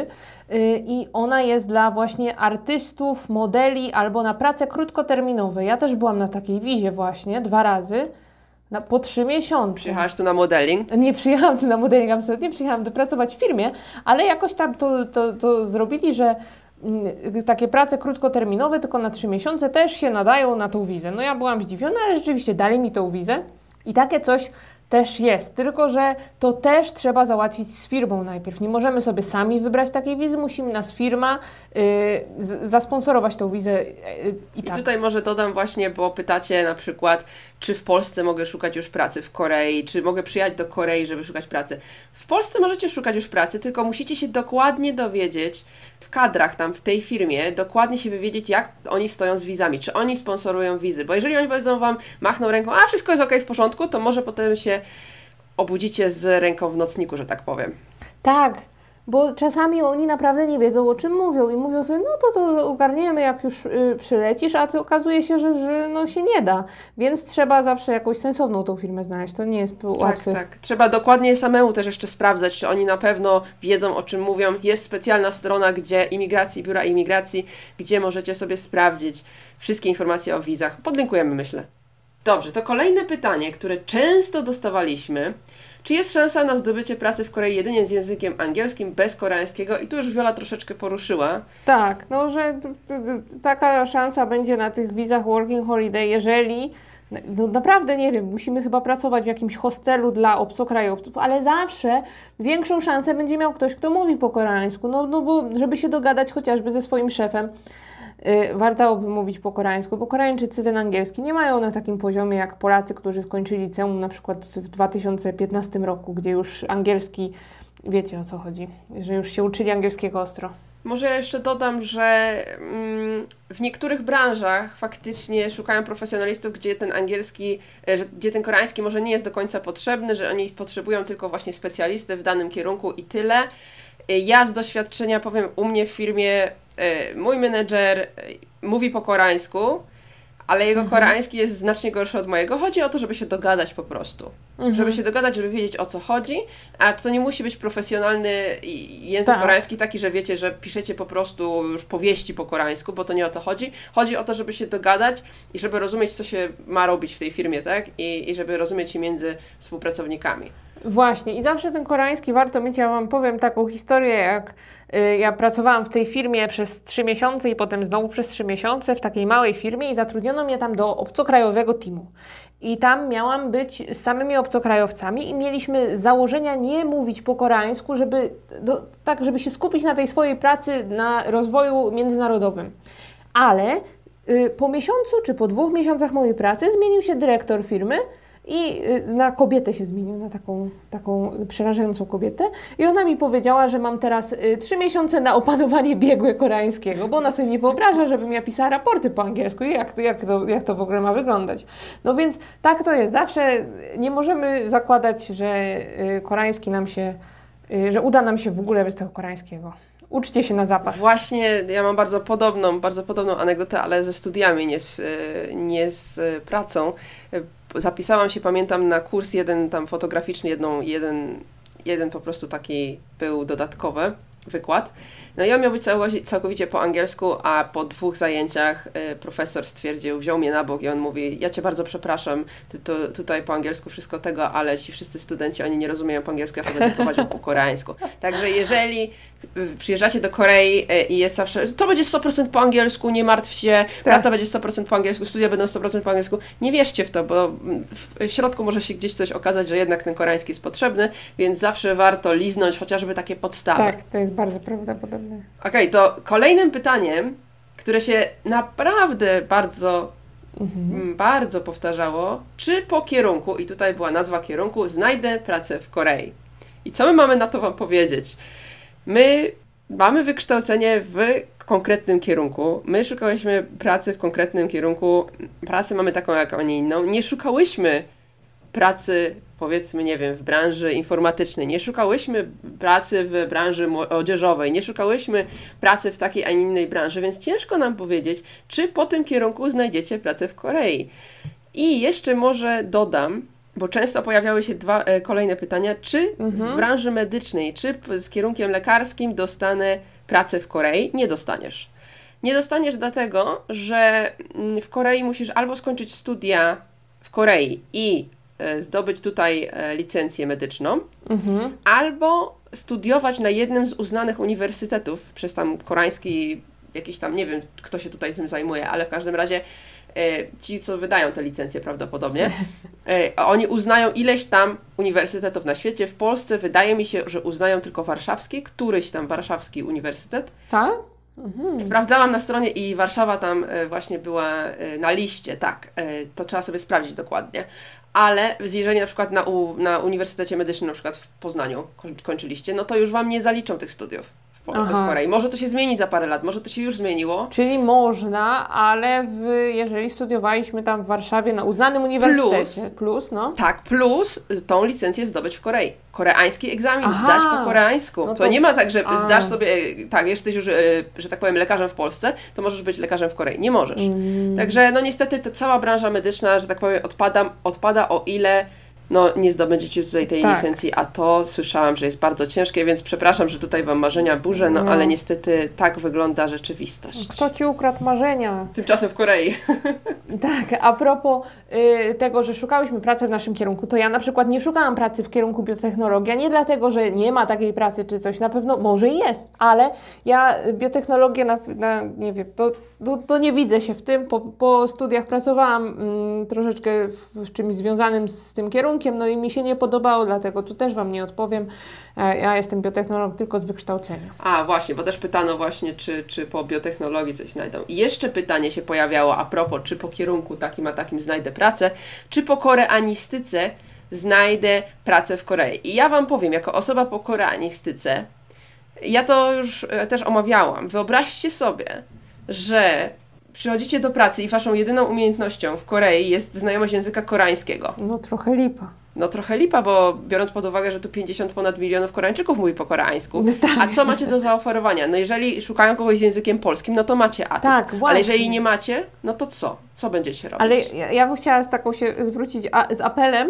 i ona jest dla właśnie artystów, modeli albo na prace krótkoterminowe. Ja też byłam na takiej wizie właśnie 2 razy. Po 3 miesiące. Przyjechałaś tu na modeling? Nie przyjechałam tu na modeling, absolutnie. Przyjechałam pracować w firmie, ale jakoś tam to zrobili, że takie prace krótkoterminowe, tylko na 3 miesiące też się nadają na tą wizę. No ja byłam zdziwiona, ale rzeczywiście dali mi tą wizę i takie coś też jest, tylko że to też trzeba załatwić z firmą najpierw. Nie możemy sobie sami wybrać takiej wizy, musimy nas firma zasponsorować tą wizę I tutaj może dodam właśnie, bo pytacie na przykład, czy w Polsce mogę szukać już pracy w Korei, czy mogę przyjechać do Korei, żeby szukać pracy. W Polsce możecie szukać już pracy, tylko musicie się dokładnie dowiedzieć w kadrach tam w tej firmie, dokładnie się wywiedzieć, jak oni stoją z wizami, czy oni sponsorują wizy, bo jeżeli oni powiedzą Wam, machną ręką, a wszystko jest okej, w porządku, to może potem się obudzicie z ręką w nocniku, że tak powiem. Tak, bo czasami oni naprawdę nie wiedzą, o czym mówią i mówią sobie, no to ogarniemy, jak już przylecisz, a to okazuje się, że no się nie da, więc trzeba zawsze jakąś sensowną tą firmę znaleźć, to nie jest łatwe. Tak. Trzeba dokładnie samemu też jeszcze sprawdzać, czy oni na pewno wiedzą, o czym mówią. Jest specjalna strona, biura imigracji, gdzie możecie sobie sprawdzić wszystkie informacje o wizach. Podlinkujemy, myślę. Dobrze, to kolejne pytanie, które często dostawaliśmy. Czy jest szansa na zdobycie pracy w Korei jedynie z językiem angielskim, bez koreańskiego? I tu już Wiola troszeczkę poruszyła. Tak, no że taka szansa będzie na tych wizach working holiday, jeżeli no naprawdę, nie wiem, musimy chyba pracować w jakimś hostelu dla obcokrajowców, ale zawsze większą szansę będzie miał ktoś, kto mówi po koreańsku, no bo żeby się dogadać chociażby ze swoim szefem, warto by mówić po koreańsku, bo Koreańczycy ten angielski nie mają na takim poziomie jak Polacy, którzy skończyli liceum na przykład w 2015 roku, gdzie już angielski, wiecie o co chodzi, że już się uczyli angielskiego ostro. Może ja jeszcze dodam, że w niektórych branżach faktycznie szukają profesjonalistów, gdzie ten angielski, gdzie ten koreański może nie jest do końca potrzebny, że oni potrzebują tylko właśnie specjalisty w danym kierunku i tyle. Ja z doświadczenia powiem, u mnie w firmie mój menedżer mówi po koreańsku, ale jego koreański jest znacznie gorszy od mojego. Chodzi o to, żeby się dogadać po prostu. Żeby się dogadać, żeby wiedzieć, o co chodzi, a to nie musi być profesjonalny język koreański taki, że wiecie, że piszecie po prostu już powieści po koreańsku, bo to nie o to chodzi. Chodzi o to, żeby się dogadać i żeby rozumieć, co się ma robić w tej firmie, tak? I żeby rozumieć się między współpracownikami. Właśnie i zawsze ten koreański warto mieć. Ja Wam powiem taką historię, jak ja pracowałam w tej firmie przez 3 miesiące i potem znowu przez 3 miesiące w takiej małej firmie i zatrudniono mnie tam do obcokrajowego teamu. I tam miałam być z samymi obcokrajowcami i mieliśmy z założenia nie mówić po koreańsku, żeby się skupić na tej swojej pracy, na rozwoju międzynarodowym. Ale po miesiącu czy po 2 miesiącach mojej pracy zmienił się dyrektor firmy i na kobietę się zmienił, na taką przerażającą kobietę. I ona mi powiedziała, że mam teraz 3 miesiące na opanowanie biegłe koreańskiego, bo ona sobie nie wyobraża, żebym ja pisała raporty po angielsku i jak to w ogóle ma wyglądać. No więc tak to jest. Zawsze nie możemy zakładać, że koreański że uda nam się w ogóle bez tego koreańskiego. Uczcie się na zapas. Właśnie, ja mam bardzo podobną anegdotę, ale ze studiami, nie z pracą. Zapisałam się, pamiętam, na kurs jeden tam fotograficzny, jeden po prostu taki był dodatkowy. wykład. No i on miał być całkowicie po angielsku, a po 2 zajęciach profesor stwierdził, wziął mnie na bok i on mówi, ja cię bardzo przepraszam, ty to tutaj po angielsku wszystko tego, ale ci wszyscy studenci, oni nie rozumieją po angielsku, ja to będę prowadził po koreańsku. Także jeżeli przyjeżdżacie do Korei i jest zawsze, to będzie 100% po angielsku, nie martw się, praca będzie 100% po angielsku, studia będą 100% po angielsku, nie wierzcie w to, bo w środku może się gdzieś coś okazać, że jednak ten koreański jest potrzebny, więc zawsze warto liznąć chociażby takie podstawy. Tak, to jest bardzo prawdopodobne. Okej, to kolejnym pytaniem, które się naprawdę bardzo powtarzało, czy po kierunku, i tutaj była nazwa kierunku, znajdę pracę w Korei. I co my mamy na to Wam powiedzieć? My mamy wykształcenie w konkretnym kierunku. My szukałyśmy pracy w konkretnym kierunku. Pracy mamy taką, jak a nie inną. Nie szukałyśmy pracy, powiedzmy, nie wiem, w branży informatycznej. Nie szukałyśmy pracy w branży odzieżowej. Nie szukałyśmy pracy w takiej, a nie innej branży, więc ciężko nam powiedzieć, czy po tym kierunku znajdziecie pracę w Korei. I jeszcze może dodam, bo często pojawiały się 2 kolejne pytania, czy w branży medycznej, czy z kierunkiem lekarskim dostanę pracę w Korei? Nie dostaniesz. Nie dostaniesz dlatego, że w Korei musisz albo skończyć studia w Korei i zdobyć tutaj licencję medyczną, albo studiować na jednym z uznanych uniwersytetów przez tam koreański, jakiś tam, nie wiem, kto się tutaj tym zajmuje, ale w każdym razie ci, co wydają te licencje prawdopodobnie, oni uznają ileś tam uniwersytetów na świecie. W Polsce wydaje mi się, że uznają tylko warszawski, któryś tam warszawski uniwersytet. Tak? Sprawdzałam na stronie i Warszawa tam właśnie była na liście, tak, to trzeba sobie sprawdzić dokładnie. Ale jeżeli na przykład na Uniwersytecie Medycznym, na przykład w Poznaniu kończyliście, no to już Wam nie zaliczą tych studiów w Korei. Może to się zmieni za parę lat, może to się już zmieniło. Czyli można, ale jeżeli studiowaliśmy tam w Warszawie na uznanym uniwersytecie. Plus, no. Tak, plus tą licencję zdobyć w Korei. Koreański egzamin zdać po koreańsku. No to nie ma tak, że zdasz sobie, tak, jesteś już, że tak powiem, lekarzem w Polsce, to możesz być lekarzem w Korei. Nie możesz. Także no niestety ta cała branża medyczna, że tak powiem, odpada, o ile nie zdobędziecie tutaj tej licencji, a to słyszałam, że jest bardzo ciężkie, więc przepraszam, że tutaj Wam marzenia burzę, ale niestety tak wygląda rzeczywistość. Kto Ci ukradł marzenia? Tymczasem w Korei. Tak, a propos tego, że szukałyśmy pracy w naszym kierunku, to ja na przykład nie szukałam pracy w kierunku biotechnologia, nie dlatego, że nie ma takiej pracy czy coś, na pewno może jest, ale ja biotechnologię nie wiem, to nie widzę się w tym. Po studiach pracowałam troszeczkę w czymś związanym z tym kierunkiem, no i mi się nie podobało, dlatego tu też Wam nie odpowiem. Ja jestem biotechnolog tylko z wykształcenia. A właśnie, bo też pytano właśnie, czy po biotechnologii coś znajdą. I jeszcze pytanie się pojawiało a propos, czy po kierunku takim a takim znajdę pracę, czy po koreanistyce znajdę pracę w Korei. I ja Wam powiem, jako osoba po koreanistyce, ja to już też omawiałam. Wyobraźcie sobie, że przychodzicie do pracy i Waszą jedyną umiejętnością w Korei jest znajomość języka koreańskiego. No trochę lipa. No trochę lipa, bo biorąc pod uwagę, że tu 50 ponad milionów Koreańczyków mówi po koreańsku. No tak. A co macie do zaoferowania? No jeżeli szukają kogoś z językiem polskim, no to macie atut. Tak, właśnie. Ale jeżeli nie macie, no to co? Co będziecie robić? Ale ja bym chciała z taką się zwrócić z apelem.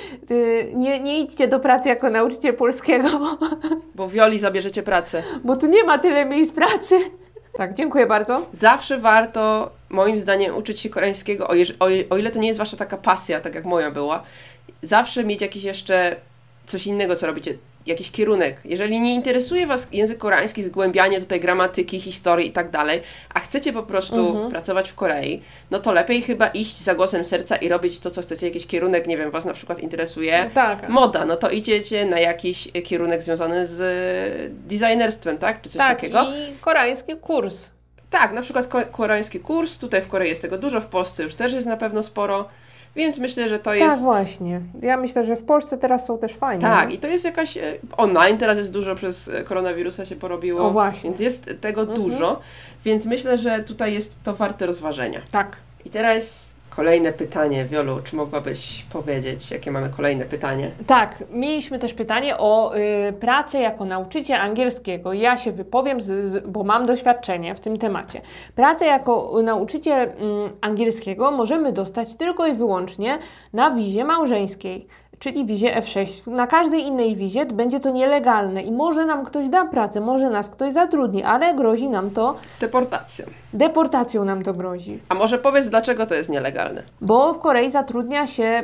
Nie idźcie do pracy jako nauczyciel polskiego. Bo Wioli zabierzecie pracę. Bo tu nie ma tyle miejsc pracy. Tak, dziękuję bardzo. Zawsze warto, moim zdaniem, uczyć się koreańskiego, o ile to nie jest Wasza taka pasja, tak jak moja była. Zawsze mieć jakiś jeszcze coś innego, co robicie, jakiś kierunek. Jeżeli nie interesuje Was język koreański, zgłębianie tutaj gramatyki, historii i tak dalej, a chcecie po prostu pracować w Korei, no to lepiej chyba iść za głosem serca i robić to, co chcecie, jakiś kierunek, nie wiem, Was na przykład interesuje moda, no to idziecie na jakiś kierunek związany z designerstwem, tak? Czy coś takiego. I koreański kurs. Tak, na przykład koreański kurs, tutaj w Korei jest tego dużo, w Polsce już też jest na pewno sporo. Więc myślę, że to jest... Tak, właśnie. Ja myślę, że w Polsce teraz są też fajne. Tak, i to jest jakaś... Online teraz jest dużo, przez koronawirusa się porobiło. O właśnie. Więc jest tego dużo. Więc myślę, że tutaj jest to warte rozważenia. Tak. I teraz kolejne pytanie. Wiolu, czy mogłabyś powiedzieć, jakie mamy kolejne pytanie? Tak, mieliśmy też pytanie o pracę jako nauczyciel angielskiego. Ja się wypowiem, bo mam doświadczenie w tym temacie. Pracę jako nauczyciel angielskiego możemy dostać tylko i wyłącznie na wizie małżeńskiej. czyli wizie F6. Na każdej innej wizie będzie to nielegalne i może nam ktoś da pracę, może nas ktoś zatrudni, ale grozi nam to... Deportacją. Deportacją nam to grozi. A może powiedz, dlaczego to jest nielegalne? Bo w Korei zatrudnia się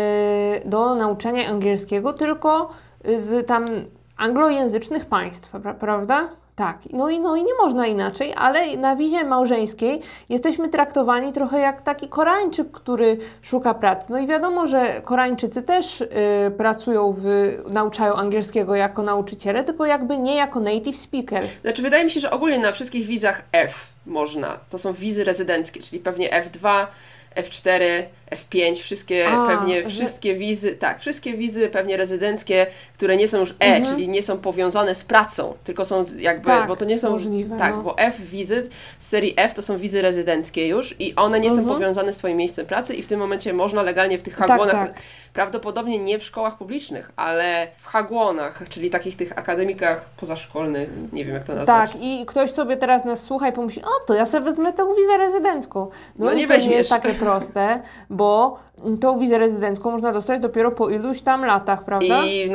do nauczania angielskiego tylko z tam anglojęzycznych państw, prawda? Tak, no i nie można inaczej, ale na wizie małżeńskiej jesteśmy traktowani trochę jak taki Koreańczyk, który szuka pracy. No i wiadomo, że Koreańczycy też pracują, nauczają angielskiego jako nauczyciele, tylko jakby nie jako native speaker. Znaczy wydaje mi się, że ogólnie na wszystkich wizach F można. To są wizy rezydenckie, czyli pewnie F2, F4, F5, wszystkie wizy, tak, wszystkie wizy pewnie rezydenckie, które nie są już czyli nie są powiązane z pracą, tylko są jakby, bo to nie są, możliwe, bo F wizy z serii F to są wizy rezydenckie już i one nie są powiązane z Twoim miejscem pracy i w tym momencie można legalnie w tych hagłonach, prawdopodobnie nie w szkołach publicznych, ale w hagłonach, czyli takich tych akademikach pozaszkolnych, nie wiem jak to nazwać. Tak, i ktoś sobie teraz nas słucha i pomyśli, to ja sobie wezmę tę wizę rezydencką. No nie to weźmiesz. Nie jest takie proste, bo tą wizę rezydencką można dostać dopiero po iluś tam latach, prawda? I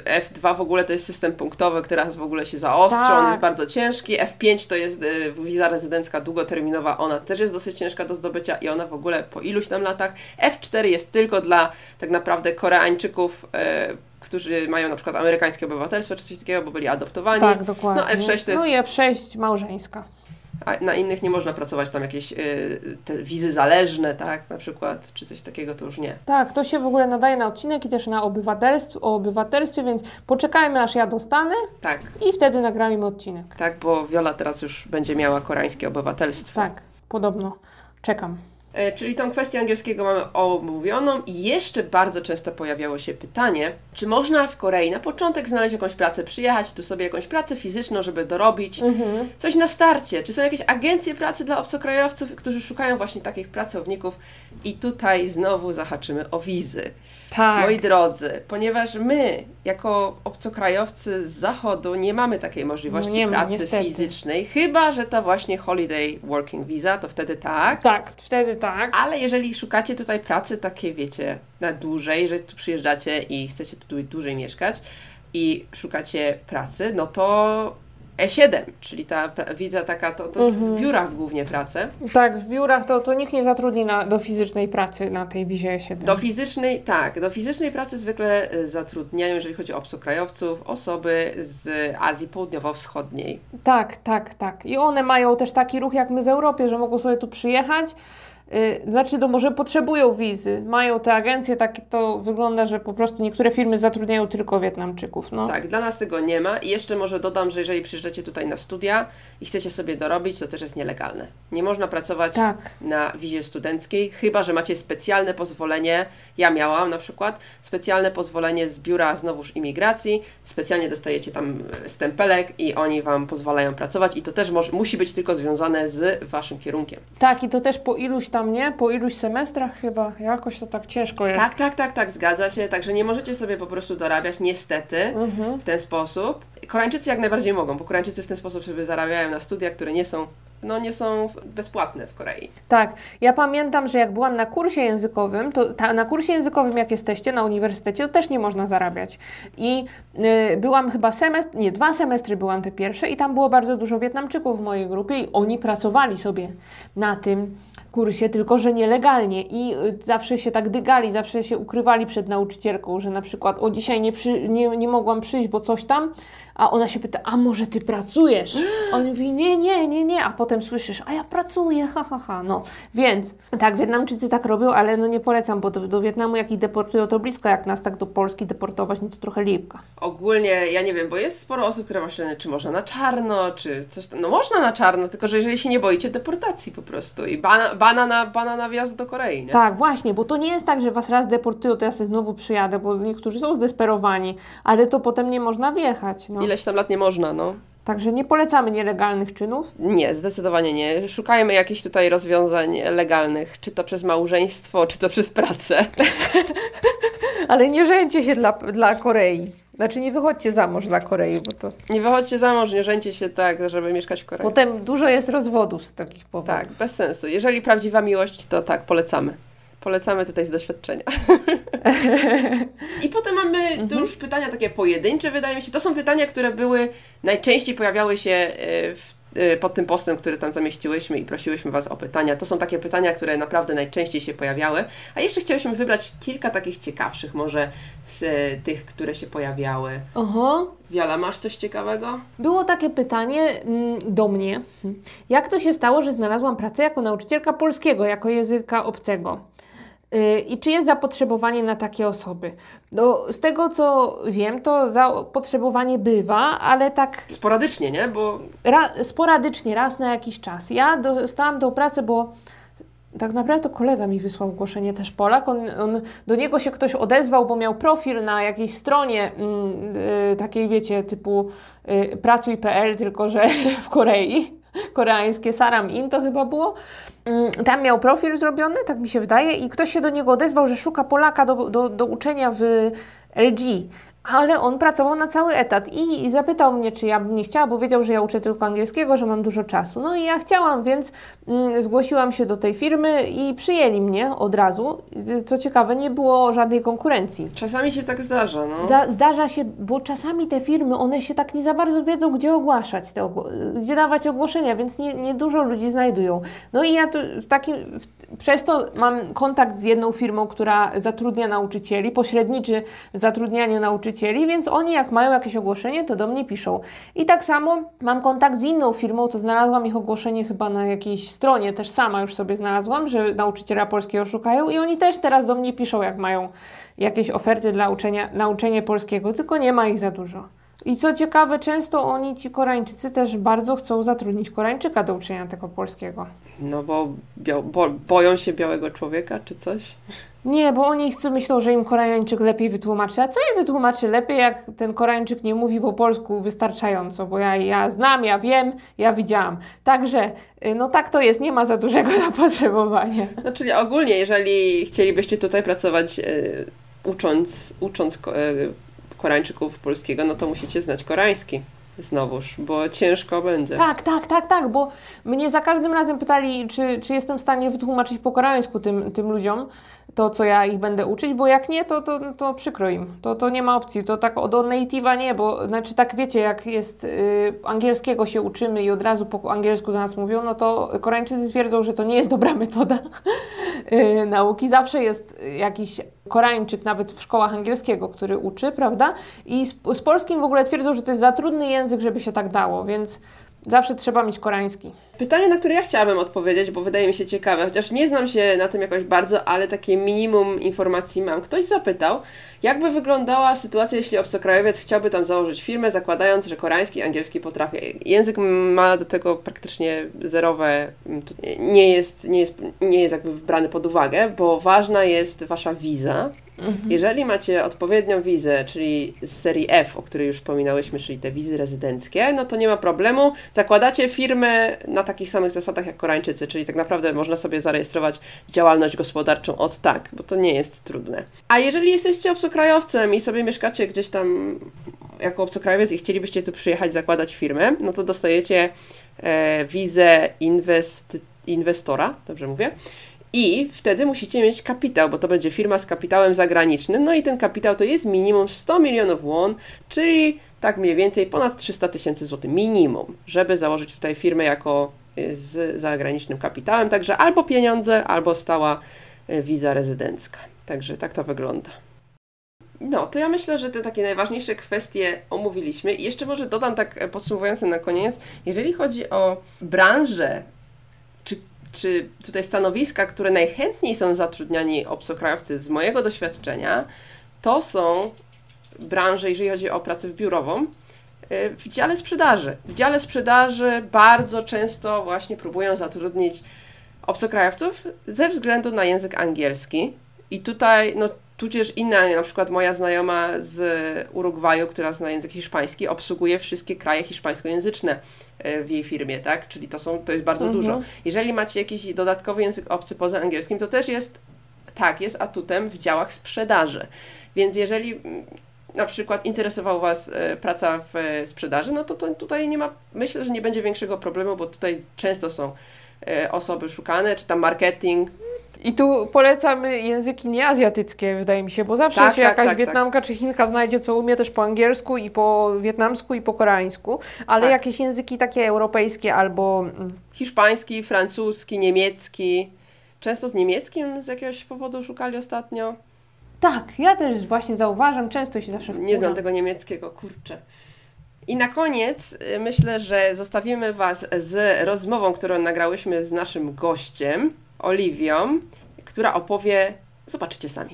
F2 w ogóle to jest system punktowy, który teraz w ogóle się zaostrza, on jest bardzo ciężki. F5 to jest wiza rezydencka długoterminowa, ona też jest dosyć ciężka do zdobycia i ona w ogóle po iluś tam latach. F4 jest tylko dla tak naprawdę Koreańczyków, którzy mają na przykład amerykańskie obywatelstwo czy coś takiego, bo byli adoptowani. Tak, dokładnie. No F6 to jest... No i F6 małżeńska. A na innych nie można pracować, tam jakieś te wizy zależne, tak, na przykład, czy coś takiego, to już nie. Tak, to się w ogóle nadaje na odcinek i też na obywatelstwie, więc poczekajmy, aż ja dostanę i wtedy nagramy odcinek. Tak, bo Wiola teraz już będzie miała koreańskie obywatelstwo. Tak, podobno. Czekam. Czyli tą kwestię angielskiego mamy omówioną i jeszcze bardzo często pojawiało się pytanie, czy można w Korei na początek znaleźć jakąś pracę, przyjechać tu sobie jakąś pracę fizyczną, żeby dorobić coś na starcie. Czy są jakieś agencje pracy dla obcokrajowców, którzy szukają właśnie takich pracowników i tutaj znowu zahaczymy o wizy. Tak. Moi drodzy, ponieważ my jako obcokrajowcy z zachodu nie mamy takiej możliwości pracy fizycznej, chyba że ta właśnie Holiday Working Visa, to wtedy tak. Tak, wtedy tak. Ale jeżeli szukacie tutaj pracy takiej, wiecie, na dłużej, że tu przyjeżdżacie i chcecie tu dłużej mieszkać i szukacie pracy, no to E7, czyli ta wiza taka, to jest w biurach głównie pracę. Tak, w biurach to nikt nie zatrudni do fizycznej pracy na tej wizie E7. Do fizycznej pracy zwykle zatrudniają, jeżeli chodzi o obcokrajowców, osoby z Azji Południowo-Wschodniej. Tak. I one mają też taki ruch jak my w Europie, że mogą sobie tu przyjechać. Znaczy, to może potrzebują wizy. Mają te agencje, tak to wygląda, że po prostu niektóre firmy zatrudniają tylko Wietnamczyków. No. Tak, dla nas tego nie ma. I jeszcze może dodam, że jeżeli przyjeżdżacie tutaj na studia i chcecie sobie dorobić, to też jest nielegalne. Nie można pracować na wizie studenckiej, chyba że macie specjalne pozwolenie. Ja miałam na przykład specjalne pozwolenie z biura znowuż imigracji. Specjalnie dostajecie tam stempelek i oni Wam pozwalają pracować i to też musi być tylko związane z Waszym kierunkiem. Tak, i to też po iluś tam, nie? Po iluś semestrach chyba, jakoś to tak ciężko jest. Tak, zgadza się. Także nie możecie sobie po prostu dorabiać, niestety, w ten sposób. Koreańczycy jak najbardziej mogą, bo Koreańczycy w ten sposób sobie zarabiają na studia, które nie są bezpłatne w Korei. Tak. Ja pamiętam, że jak byłam na kursie językowym, to na kursie językowym jak jesteście na uniwersytecie, to też nie można zarabiać. I byłam chyba 2 semestry byłam te pierwsze i tam było bardzo dużo Wietnamczyków w mojej grupie i oni pracowali sobie na tym kursie, tylko że nielegalnie i zawsze się tak dygali, zawsze się ukrywali przed nauczycielką, że na przykład dzisiaj nie mogłam przyjść, bo coś tam, a ona się pyta, a może ty pracujesz? On mówi, nie, a potem słyszysz, a ja pracuję, no. Więc tak, Wietnamczycy tak robią, ale no nie polecam, bo do Wietnamu jak ich deportują, to blisko, jak nas tak do Polski deportować, no to trochę lipka. Ogólnie, ja nie wiem, bo jest sporo osób, które właśnie, czy można na czarno, czy coś tam, no można na czarno, tylko że jeżeli się nie boicie deportacji po prostu i bana na wjazd do Korei, nie? Tak, właśnie, bo to nie jest tak, że was raz deportują, to ja sobie znowu przyjadę, bo niektórzy są zdesperowani, ale to potem nie można wjechać, no. Ileś tam lat nie można, no. Także nie polecamy nielegalnych czynów? Nie, zdecydowanie nie. Szukajmy jakichś tutaj rozwiązań legalnych, czy to przez małżeństwo, czy to przez pracę. Ale nie żeńcie się dla Korei. Znaczy nie wychodźcie za mąż dla Korei, bo to... Nie wychodźcie za mąż, nie żeńcie się tak, żeby mieszkać w Korei. Potem dużo jest rozwodów z takich powodów. Tak, bez sensu. Jeżeli prawdziwa miłość, to tak, polecamy. Polecamy tutaj z doświadczenia. I potem mamy tu już pytania takie pojedyncze, wydaje mi się. To są pytania, które najczęściej pojawiały się pod tym postem, który tam zamieściłyśmy i prosiłyśmy Was o pytania. To są takie pytania, które naprawdę najczęściej się pojawiały. A jeszcze chciałyśmy wybrać kilka takich ciekawszych może z tych, które się pojawiały. Aha. Wiola, masz coś ciekawego? Było takie pytanie do mnie. Jak to się stało, że znalazłam pracę jako nauczycielka polskiego, jako języka obcego? I czy jest zapotrzebowanie na takie osoby? No, z tego co wiem, to zapotrzebowanie bywa, ale tak... Sporadycznie, nie? Bo... sporadycznie, raz na jakiś czas. Ja dostałam tą pracę, bo tak naprawdę to kolega mi wysłał ogłoszenie, też Polak. Do niego się ktoś odezwał, bo miał profil na jakiejś stronie takiej, wiecie, typu pracuj.pl, tylko że w Korei. Koreańskie, Saram In to chyba było. Tam miał profil zrobiony, tak mi się wydaje, i ktoś się do niego odezwał, że szuka Polaka do uczenia w LG. Ale on pracował na cały etat i zapytał mnie, czy ja bym nie chciała, bo wiedział, że ja uczę tylko angielskiego, że mam dużo czasu. No i ja chciałam, więc zgłosiłam się do tej firmy i przyjęli mnie od razu. Co ciekawe, nie było żadnej konkurencji. Czasami się tak zdarza, no. Zdarza się, bo czasami te firmy, one się tak nie za bardzo wiedzą, gdzie ogłaszać, gdzie dawać ogłoszenia, więc nie dużo ludzi znajdują. No i ja tu przez to mam kontakt z jedną firmą, która zatrudnia nauczycieli, pośredniczy w zatrudnianiu nauczycieli, więc oni jak mają jakieś ogłoszenie, to do mnie piszą. I tak samo mam kontakt z inną firmą, to znalazłam ich ogłoszenie chyba na jakiejś stronie, też sama już sobie znalazłam, że nauczyciela polskiego szukają i oni też teraz do mnie piszą, jak mają jakieś oferty dla nauczenia polskiego, tylko nie ma ich za dużo. I co ciekawe, często ci Koreańczycy też bardzo chcą zatrudnić Koreańczyka do uczenia tego polskiego. No bo boją się białego człowieka, czy coś? Nie, bo oni myślą, że im Koreańczyk lepiej wytłumaczy. A co im wytłumaczy lepiej, jak ten Koreańczyk nie mówi po polsku wystarczająco? Bo ja znam, ja wiem, ja widziałam. Także, no tak to jest, nie ma za dużego zapotrzebowania. No czyli ogólnie, jeżeli chcielibyście tutaj pracować ucząc Koreańczyków polskiego, no to musicie znać koreański. Znowuż, bo ciężko będzie. Tak, bo mnie za każdym razem pytali, czy jestem w stanie wytłumaczyć po koreańsku tym ludziom to, co ja ich będę uczyć, bo jak nie, to przykro im. To nie ma opcji. To tak od native'a nie, bo znaczy tak wiecie, jak jest angielskiego się uczymy i od razu po angielsku do nas mówią, no to Koreańczycy twierdzą, że to nie jest dobra metoda nauki. Zawsze jest jakiś Koreańczyk nawet w szkołach angielskiego, który uczy, prawda? I z polskim w ogóle twierdzą, że to jest za trudny język, żeby się tak dało, więc zawsze trzeba mieć koreański. Pytanie, na które ja chciałabym odpowiedzieć, bo wydaje mi się ciekawe, chociaż nie znam się na tym jakoś bardzo, ale takie minimum informacji mam. Ktoś zapytał, jakby wyglądała sytuacja, jeśli obcokrajowiec chciałby tam założyć firmę, zakładając, że koreański i angielski potrafi. Język ma do tego praktycznie zerowe, nie jest jakby brany pod uwagę, bo ważna jest Wasza wiza. Jeżeli macie odpowiednią wizę, czyli z serii F, o której już wspominałyśmy, czyli te wizy rezydenckie, no to nie ma problemu. Zakładacie firmę na takich samych zasadach jak Koreańczycy, czyli tak naprawdę można sobie zarejestrować działalność gospodarczą bo to nie jest trudne. A jeżeli jesteście obcokrajowcem i sobie mieszkacie gdzieś tam jako obcokrajowiec i chcielibyście tu przyjechać, zakładać firmę, no to dostajecie wizę inwestora, dobrze mówię? I wtedy musicie mieć kapitał, bo to będzie firma z kapitałem zagranicznym, no i ten kapitał to jest minimum 100 milionów won, czyli tak mniej więcej ponad 300 tysięcy złotych minimum, żeby założyć tutaj firmę z zagranicznym kapitałem, także albo pieniądze, albo stała wiza rezydencka. Także tak to wygląda. No, to ja myślę, że te takie najważniejsze kwestie omówiliśmy i jeszcze może dodam tak podsumowując na koniec, jeżeli chodzi o branżę, czy tutaj stanowiska, które najchętniej są zatrudniani obcokrajowcy z mojego doświadczenia, to są branże, jeżeli chodzi o pracę biurową, w dziale sprzedaży. W dziale sprzedaży bardzo często właśnie próbują zatrudnić obcokrajowców ze względu na język angielski. I tutaj, tudzież inna, na przykład moja znajoma z Urugwaju, która zna język hiszpański, obsługuje wszystkie kraje hiszpańskojęzyczne w jej firmie, tak? Czyli to jest bardzo dużo. Jeżeli macie jakiś dodatkowy język obcy poza angielskim, to też jest atutem w działach sprzedaży. Więc jeżeli na przykład interesowała Was praca w sprzedaży, no to tutaj nie ma, myślę, że nie będzie większego problemu, bo tutaj często są osoby szukane, czy tam marketing. I tu polecamy języki nieazjatyckie, wydaje mi się, bo zawsze się jakaś Wietnamka czy Chinka znajdzie, co umie też po angielsku i po wietnamsku i po koreańsku, ale jakieś języki takie europejskie albo... Hiszpański, francuski, niemiecki. Często z niemieckim z jakiegoś powodu szukali ostatnio. Tak, ja też właśnie zauważam, często się zawsze wkurzam. Nie znam tego niemieckiego, kurczę. I na koniec myślę, że zostawimy Was z rozmową, którą nagrałyśmy z naszym gościem, Oliwią, która opowie, zobaczycie sami.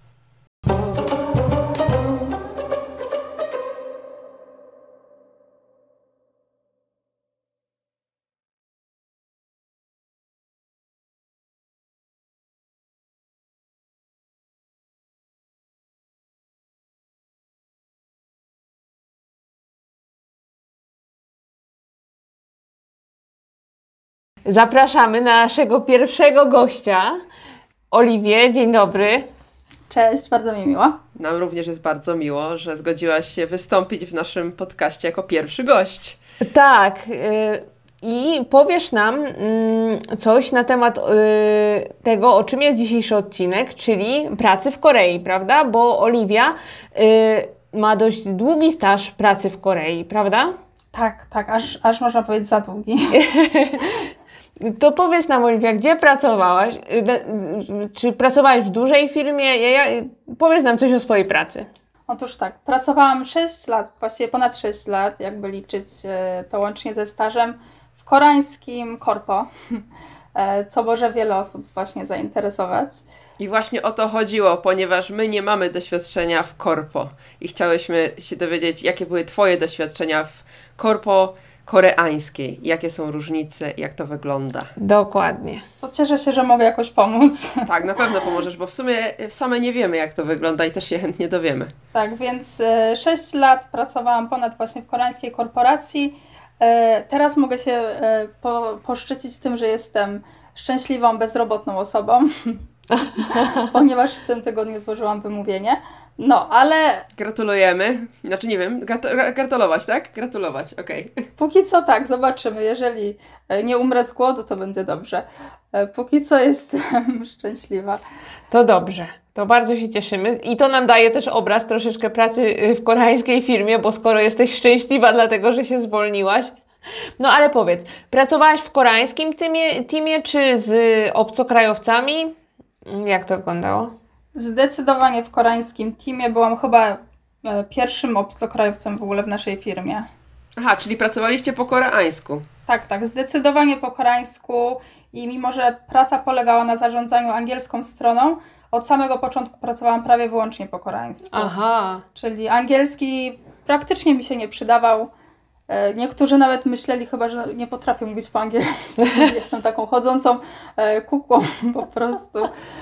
Zapraszamy naszego pierwszego gościa, Oliwię. Dzień dobry. Cześć, bardzo mi miło. Nam również jest bardzo miło, że zgodziłaś się wystąpić w naszym podcaście jako pierwszy gość. Tak. I powiesz nam coś na temat tego, o czym jest dzisiejszy odcinek, czyli pracy w Korei, prawda? Bo Oliwia ma dość długi staż pracy w Korei, prawda? Tak, aż można powiedzieć za długi. To powiedz nam, Oliwia, gdzie pracowałaś? Czy pracowałaś w dużej firmie? Powiedz nam coś o swojej pracy. Otóż tak, pracowałam 6 lat, właściwie ponad 6 lat, jakby liczyć to łącznie ze stażem w koreańskim korpo, co może wiele osób właśnie zainteresować. I właśnie o to chodziło, ponieważ my nie mamy doświadczenia w korpo i chciałyśmy się dowiedzieć, jakie były Twoje doświadczenia w korpo koreańskiej, jakie są różnice, jak to wygląda. Dokładnie. To cieszę się, że mogę jakoś pomóc. Tak, na pewno pomożesz, bo w sumie same nie wiemy, jak to wygląda i też się chętnie dowiemy. Tak, więc 6 lat pracowałam ponad właśnie w koreańskiej korporacji. Teraz mogę się poszczycić tym, że jestem szczęśliwą, bezrobotną osobą, ponieważ w tym tygodniu złożyłam wymówienie. No, ale... Gratulujemy. Znaczy nie wiem, gratulować, tak? Gratulować, okej. Póki co tak, zobaczymy. Jeżeli nie umrę z głodu, to będzie dobrze. Póki co jestem szczęśliwa. To dobrze. To bardzo się cieszymy. I to nam daje też obraz troszeczkę pracy w koreańskiej firmie, bo skoro jesteś szczęśliwa dlatego, że się zwolniłaś. No ale powiedz, pracowałaś w koreańskim teamie czy z obcokrajowcami? Jak to wyglądało? Zdecydowanie w koreańskim teamie. Byłam chyba pierwszym obcokrajowcem w ogóle w naszej firmie. Aha, czyli pracowaliście po koreańsku. Tak, zdecydowanie po koreańsku i mimo, że praca polegała na zarządzaniu angielską stroną, od samego początku pracowałam prawie wyłącznie po koreańsku. Aha. Czyli angielski praktycznie mi się nie przydawał. Niektórzy nawet myśleli chyba, że nie potrafię mówić po angielsku. Jestem taką chodzącą kukłą po prostu.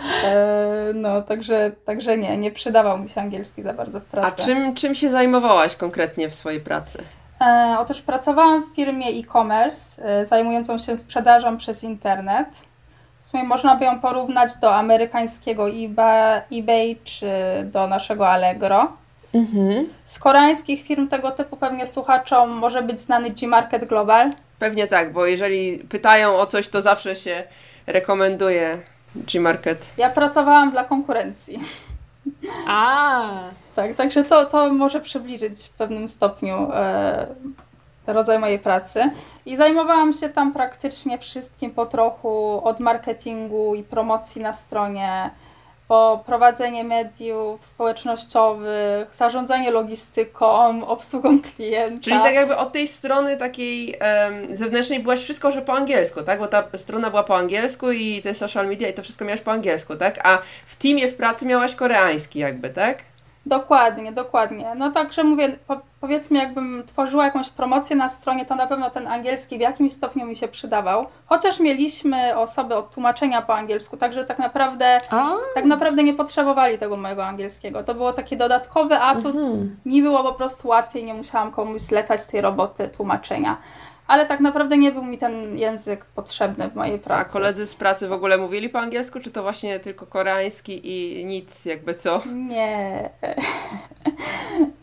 No, także nie przydawał mi się angielski za bardzo w pracy. A czym się zajmowałaś konkretnie w swojej pracy? Otóż pracowałam w firmie e-commerce zajmującą się sprzedażą przez internet. W sumie można by ją porównać do amerykańskiego eBay czy do naszego Allegro. Mhm. Z koreańskich firm tego typu pewnie słuchaczom może być znany Gmarket Global. Pewnie tak, bo jeżeli pytają o coś, to zawsze się rekomenduje Gmarket. Ja pracowałam dla konkurencji. Tak, także to może przybliżyć w pewnym stopniu rodzaj mojej pracy. I zajmowałam się tam praktycznie wszystkim po trochu, od marketingu i promocji na stronie, po prowadzenie mediów społecznościowych, zarządzanie logistyką, obsługą klienta. Czyli tak jakby od tej strony takiej zewnętrznej byłaś wszystko, że po angielsku, tak? Bo ta strona była po angielsku i te social media i to wszystko miałaś po angielsku, tak? A w teamie w pracy miałaś koreański jakby, tak? Dokładnie. No także mówię, powiedzmy jakbym tworzyła jakąś promocję na stronie, to na pewno ten angielski w jakimś stopniu mi się przydawał. Chociaż mieliśmy osoby od tłumaczenia po angielsku, także tak naprawdę nie potrzebowali tego mojego angielskiego. To było taki dodatkowy atut. Mi było po prostu łatwiej, nie musiałam komuś zlecać tej roboty tłumaczenia. Ale tak naprawdę nie był mi ten język potrzebny w mojej pracy. A koledzy z pracy w ogóle mówili po angielsku, czy to właśnie tylko koreański i nic jakby co?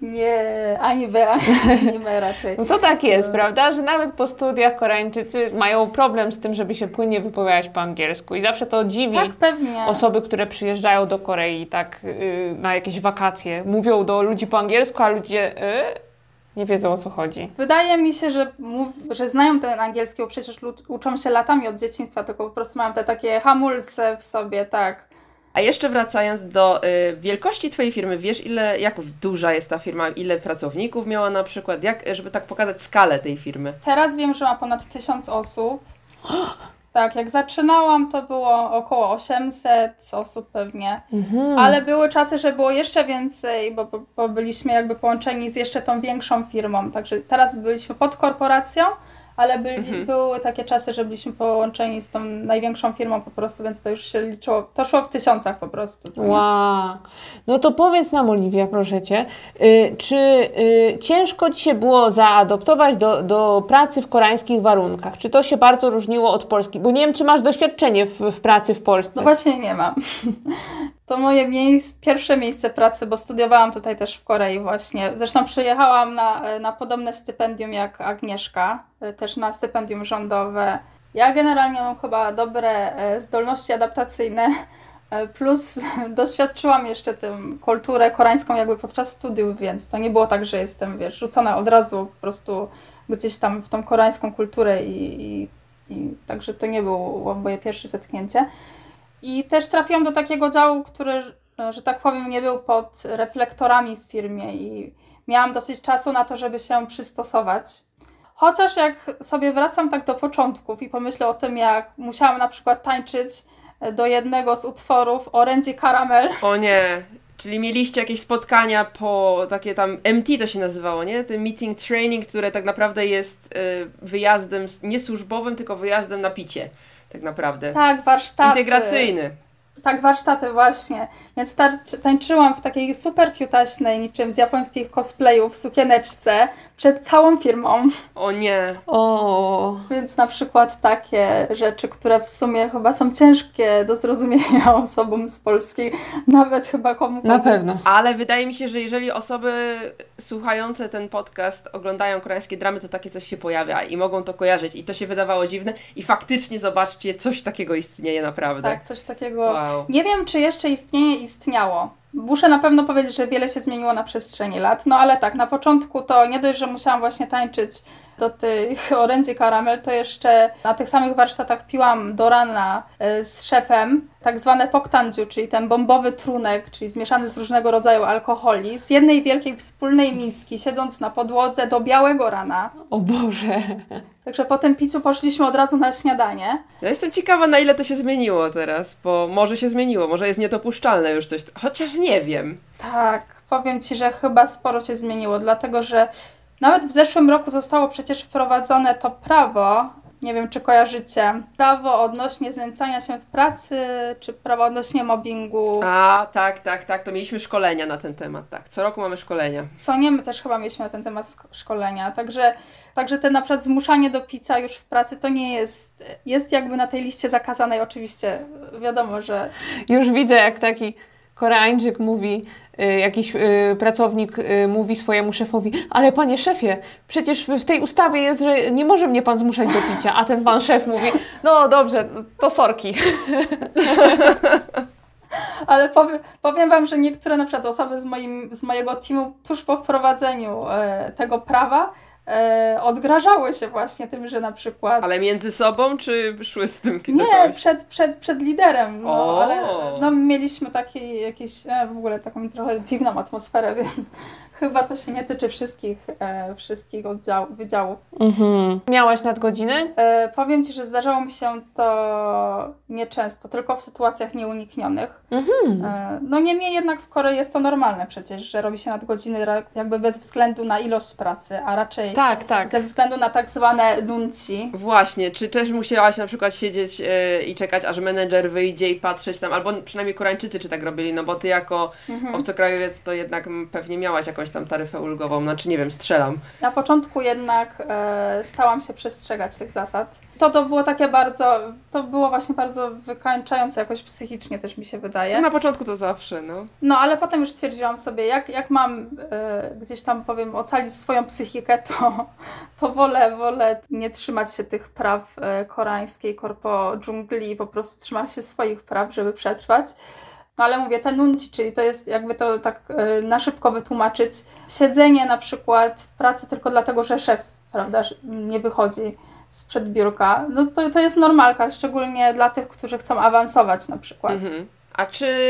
Nie, ani B, ani B raczej. No to tak jest, prawda, że nawet po studiach Koreańczycy mają problem z tym, żeby się płynnie wypowiadać po angielsku i zawsze to dziwi Tak, pewnie. osoby, które przyjeżdżają do Korei tak na jakieś wakacje. Mówią do ludzi po angielsku, a ludzie nie wiedzą, o co chodzi. Wydaje mi się, że znają ten angielski, bo przecież uczą się latami od dzieciństwa, tylko po prostu mają te takie hamulce w sobie, tak. A jeszcze wracając do wielkości Twojej firmy, wiesz jak duża jest ta firma, ile pracowników miała na przykład, żeby tak pokazać skalę tej firmy? Teraz wiem, że ma ponad 1000 osób. Tak, jak zaczynałam, to było około 800 osób pewnie, ale były czasy, że było jeszcze więcej, bo byliśmy jakby połączeni z jeszcze tą większą firmą, także teraz byliśmy pod korporacją, ale były takie czasy, że byliśmy połączeni z tą największą firmą po prostu, więc to już się liczyło, to szło w tysiącach po prostu. Co Wow. No to powiedz nam, Oliwia, proszę Cię, czy ciężko Ci się było zaadoptować do pracy w koreańskich warunkach? Czy to się bardzo różniło od Polski? Bo nie wiem, czy masz doświadczenie w pracy w Polsce. No właśnie nie mam. To moje pierwsze miejsce pracy, bo studiowałam tutaj też w Korei właśnie. Zresztą przyjechałam na podobne stypendium jak Agnieszka, też na stypendium rządowe. Ja generalnie mam chyba dobre zdolności adaptacyjne, plus doświadczyłam jeszcze tę kulturę koreańską jakby podczas studiów, więc to nie było tak, że jestem, rzucona od razu po prostu gdzieś tam w tą koreańską kulturę i także to nie było moje pierwsze zetknięcie. I też trafiłam do takiego działu, który, że tak powiem, nie był pod reflektorami w firmie i miałam dosyć czasu na to, żeby się przystosować. Chociaż jak sobie wracam tak do początków i pomyślę o tym, jak musiałam na przykład tańczyć do jednego z utworów Orange Caramel. O nie, czyli mieliście jakieś spotkania takie tam MT to się nazywało, nie? Ten meeting training, które tak naprawdę jest wyjazdem nie służbowym, tylko wyjazdem na picie. Tak naprawdę. Tak, warsztaty. Integracyjny. Tak, warsztaty właśnie. Więc tańczyłam w takiej super cutaśnej, niczym z japońskich cosplayów, sukieneczce przed całą firmą. O nie. O. Więc na przykład takie rzeczy, które w sumie chyba są ciężkie do zrozumienia osobom z Polski, nawet chyba komukolwiek. Na pewno. Ale wydaje mi się, że jeżeli osoby słuchające ten podcast oglądają koreańskie dramy, to takie coś się pojawia i mogą to kojarzyć i to się wydawało dziwne i faktycznie zobaczcie, coś takiego istnieje naprawdę. Tak, coś takiego. Wow. Nie wiem, czy jeszcze istniało. Muszę na pewno powiedzieć, że wiele się zmieniło na przestrzeni lat, no ale tak, na początku to nie dość, że musiałam właśnie tańczyć do tych Orange Caramel, to jeszcze na tych samych warsztatach piłam do rana z szefem tak zwane poktanju, czyli ten bombowy trunek, czyli zmieszany z różnego rodzaju alkoholi, z jednej wielkiej wspólnej miski, siedząc na podłodze do białego rana. O Boże. Także po tym piciu poszliśmy od razu na śniadanie. Ja jestem ciekawa, na ile to się zmieniło teraz, bo może się zmieniło, może jest niedopuszczalne już coś, chociaż nie wiem. Tak, powiem Ci, że chyba sporo się zmieniło, dlatego że nawet w zeszłym roku zostało przecież wprowadzone to prawo, nie wiem czy kojarzycie, prawo odnośnie znęcania się w pracy, czy prawo odnośnie mobbingu. A, tak, to mieliśmy szkolenia na ten temat, tak, co roku mamy szkolenia. Co nie, my też chyba mieliśmy na ten temat szkolenia, także te na przykład zmuszanie do picia już w pracy to nie jest jakby na tej liście zakazanej, oczywiście wiadomo, że... Już widzę, jak taki Koreańczyk mówi, jakiś pracownik mówi swojemu szefowi, ale panie szefie, przecież w tej ustawie jest, że nie może mnie pan zmuszać do picia, a ten pan szef mówi, no dobrze, to sorki. Ale powiem Wam, że niektóre na przykład osoby z mojego teamu tuż po wprowadzeniu tego prawa odgrażały się właśnie tym, że na przykład... Ale między sobą, czy szły z tym Nie, przed liderem, no, ale no, mieliśmy w ogóle taką trochę dziwną atmosferę, więc chyba to się nie tyczy wszystkich wydziałów. Mhm. Miałaś nadgodziny? Powiem Ci, że zdarzało mi się to nieczęsto, tylko w sytuacjach nieuniknionych. No niemniej jednak w Korei jest to normalne przecież, że robi się nadgodziny jakby bez względu na ilość pracy, a raczej tak. Ze względu na tak zwane nunci. Właśnie, czy też musiałaś na przykład siedzieć i czekać, aż menedżer wyjdzie i patrzeć tam, albo przynajmniej Koreańczycy czy tak robili, no bo ty jako obcokrajowiec to jednak pewnie miałaś jakąś tam taryfę ulgową, znaczy nie wiem, strzelam. Na początku jednak stałam się przestrzegać tych zasad. To było takie to było właśnie bardzo wykańczające jakoś psychicznie też mi się wydaje. To na początku to zawsze, no. No, ale potem już stwierdziłam sobie, jak mam gdzieś tam, powiem, ocalić swoją psychikę, to wolę nie trzymać się tych praw koreańskiej korpo dżungli i po prostu trzymać się swoich praw, żeby przetrwać. No ale mówię, te nunci, czyli to jest, jakby to tak na szybko wytłumaczyć, siedzenie na przykład w pracy tylko dlatego, że szef, prawda, nie wychodzi sprzed biurka, no to jest normalka, szczególnie dla tych, którzy chcą awansować na przykład. A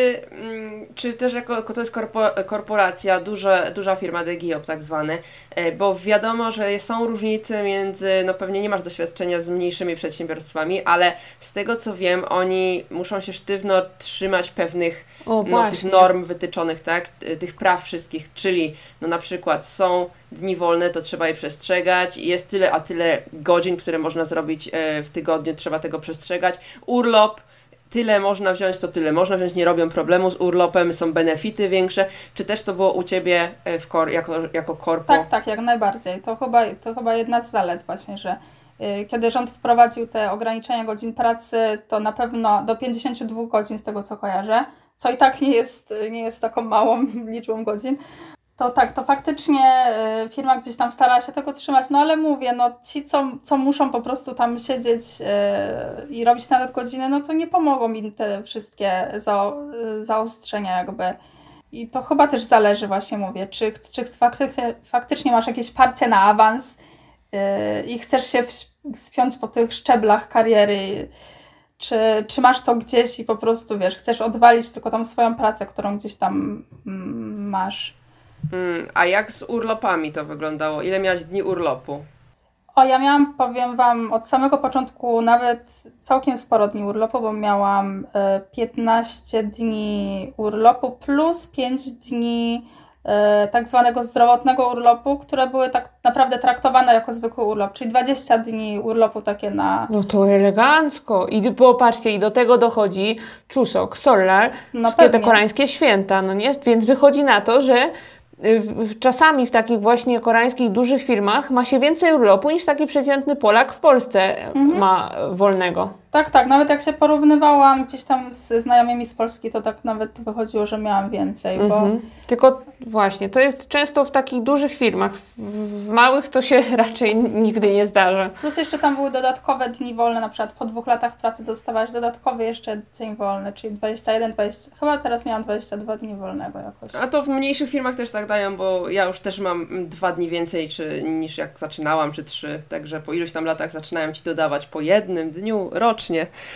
czy też jako to jest korporacja, duża firma DGIOP tak zwane, bo wiadomo, że są różnice między, no pewnie nie masz doświadczenia z mniejszymi przedsiębiorstwami, ale z tego co wiem, oni muszą się sztywno trzymać pewnych tych norm wytyczonych, tak, tych praw wszystkich, czyli no na przykład są dni wolne, to trzeba je przestrzegać, jest tyle a tyle godzin, które można zrobić w tygodniu, trzeba tego przestrzegać, urlop, tyle można wziąć, to tyle można wziąć, nie robią problemu z urlopem, są benefity większe. Czy też to było u Ciebie jako korpo? Tak, jak najbardziej. To chyba jedna z zalet właśnie, że kiedy rząd wprowadził te ograniczenia godzin pracy, to na pewno do 52 godzin z tego co kojarzę, co i tak nie jest taką małą liczbą godzin. To tak, to faktycznie firma gdzieś tam stara się tego trzymać, no ale mówię, no ci, co muszą po prostu tam siedzieć i robić nawet godziny, no to nie pomogą im te wszystkie zaostrzenia jakby. I to chyba też zależy właśnie, mówię, czy faktycznie masz jakieś parcie na awans i chcesz się wspiąć po tych szczeblach kariery, czy masz to gdzieś i po prostu, wiesz, chcesz odwalić tylko tą swoją pracę, którą gdzieś tam masz. A jak z urlopami to wyglądało? Ile miałaś dni urlopu? Ja miałam, powiem Wam, od samego początku nawet całkiem sporo dni urlopu, bo miałam 15 dni urlopu plus 5 dni tak zwanego zdrowotnego urlopu, które były tak naprawdę traktowane jako zwykły urlop, czyli 20 dni urlopu takie na... No to elegancko. I popatrzcie, i do tego dochodzi Chuseok, Seollal, wszystkie te koreańskie święta, no nie? Więc wychodzi na to, że czasami w takich właśnie koreańskich dużych firmach ma się więcej urlopu niż taki przeciętny Polak w Polsce ma wolnego. Tak, nawet jak się porównywałam gdzieś tam z znajomymi z Polski, to tak nawet wychodziło, że miałam więcej. Bo... Tylko właśnie, to jest często w takich dużych firmach, w małych to się raczej nigdy nie zdarza. Plus jeszcze tam były dodatkowe dni wolne, na przykład po 2 latach pracy dostawałaś dodatkowy jeszcze dzień wolny, czyli 21, 20, chyba teraz miałam 22 dni wolnego jakoś. A to w mniejszych firmach też tak dają, bo ja już też mam 2 dni więcej niż jak zaczynałam, czy 3, także po iluś tam latach zaczynają Ci dodawać po 1 dniu rocznie.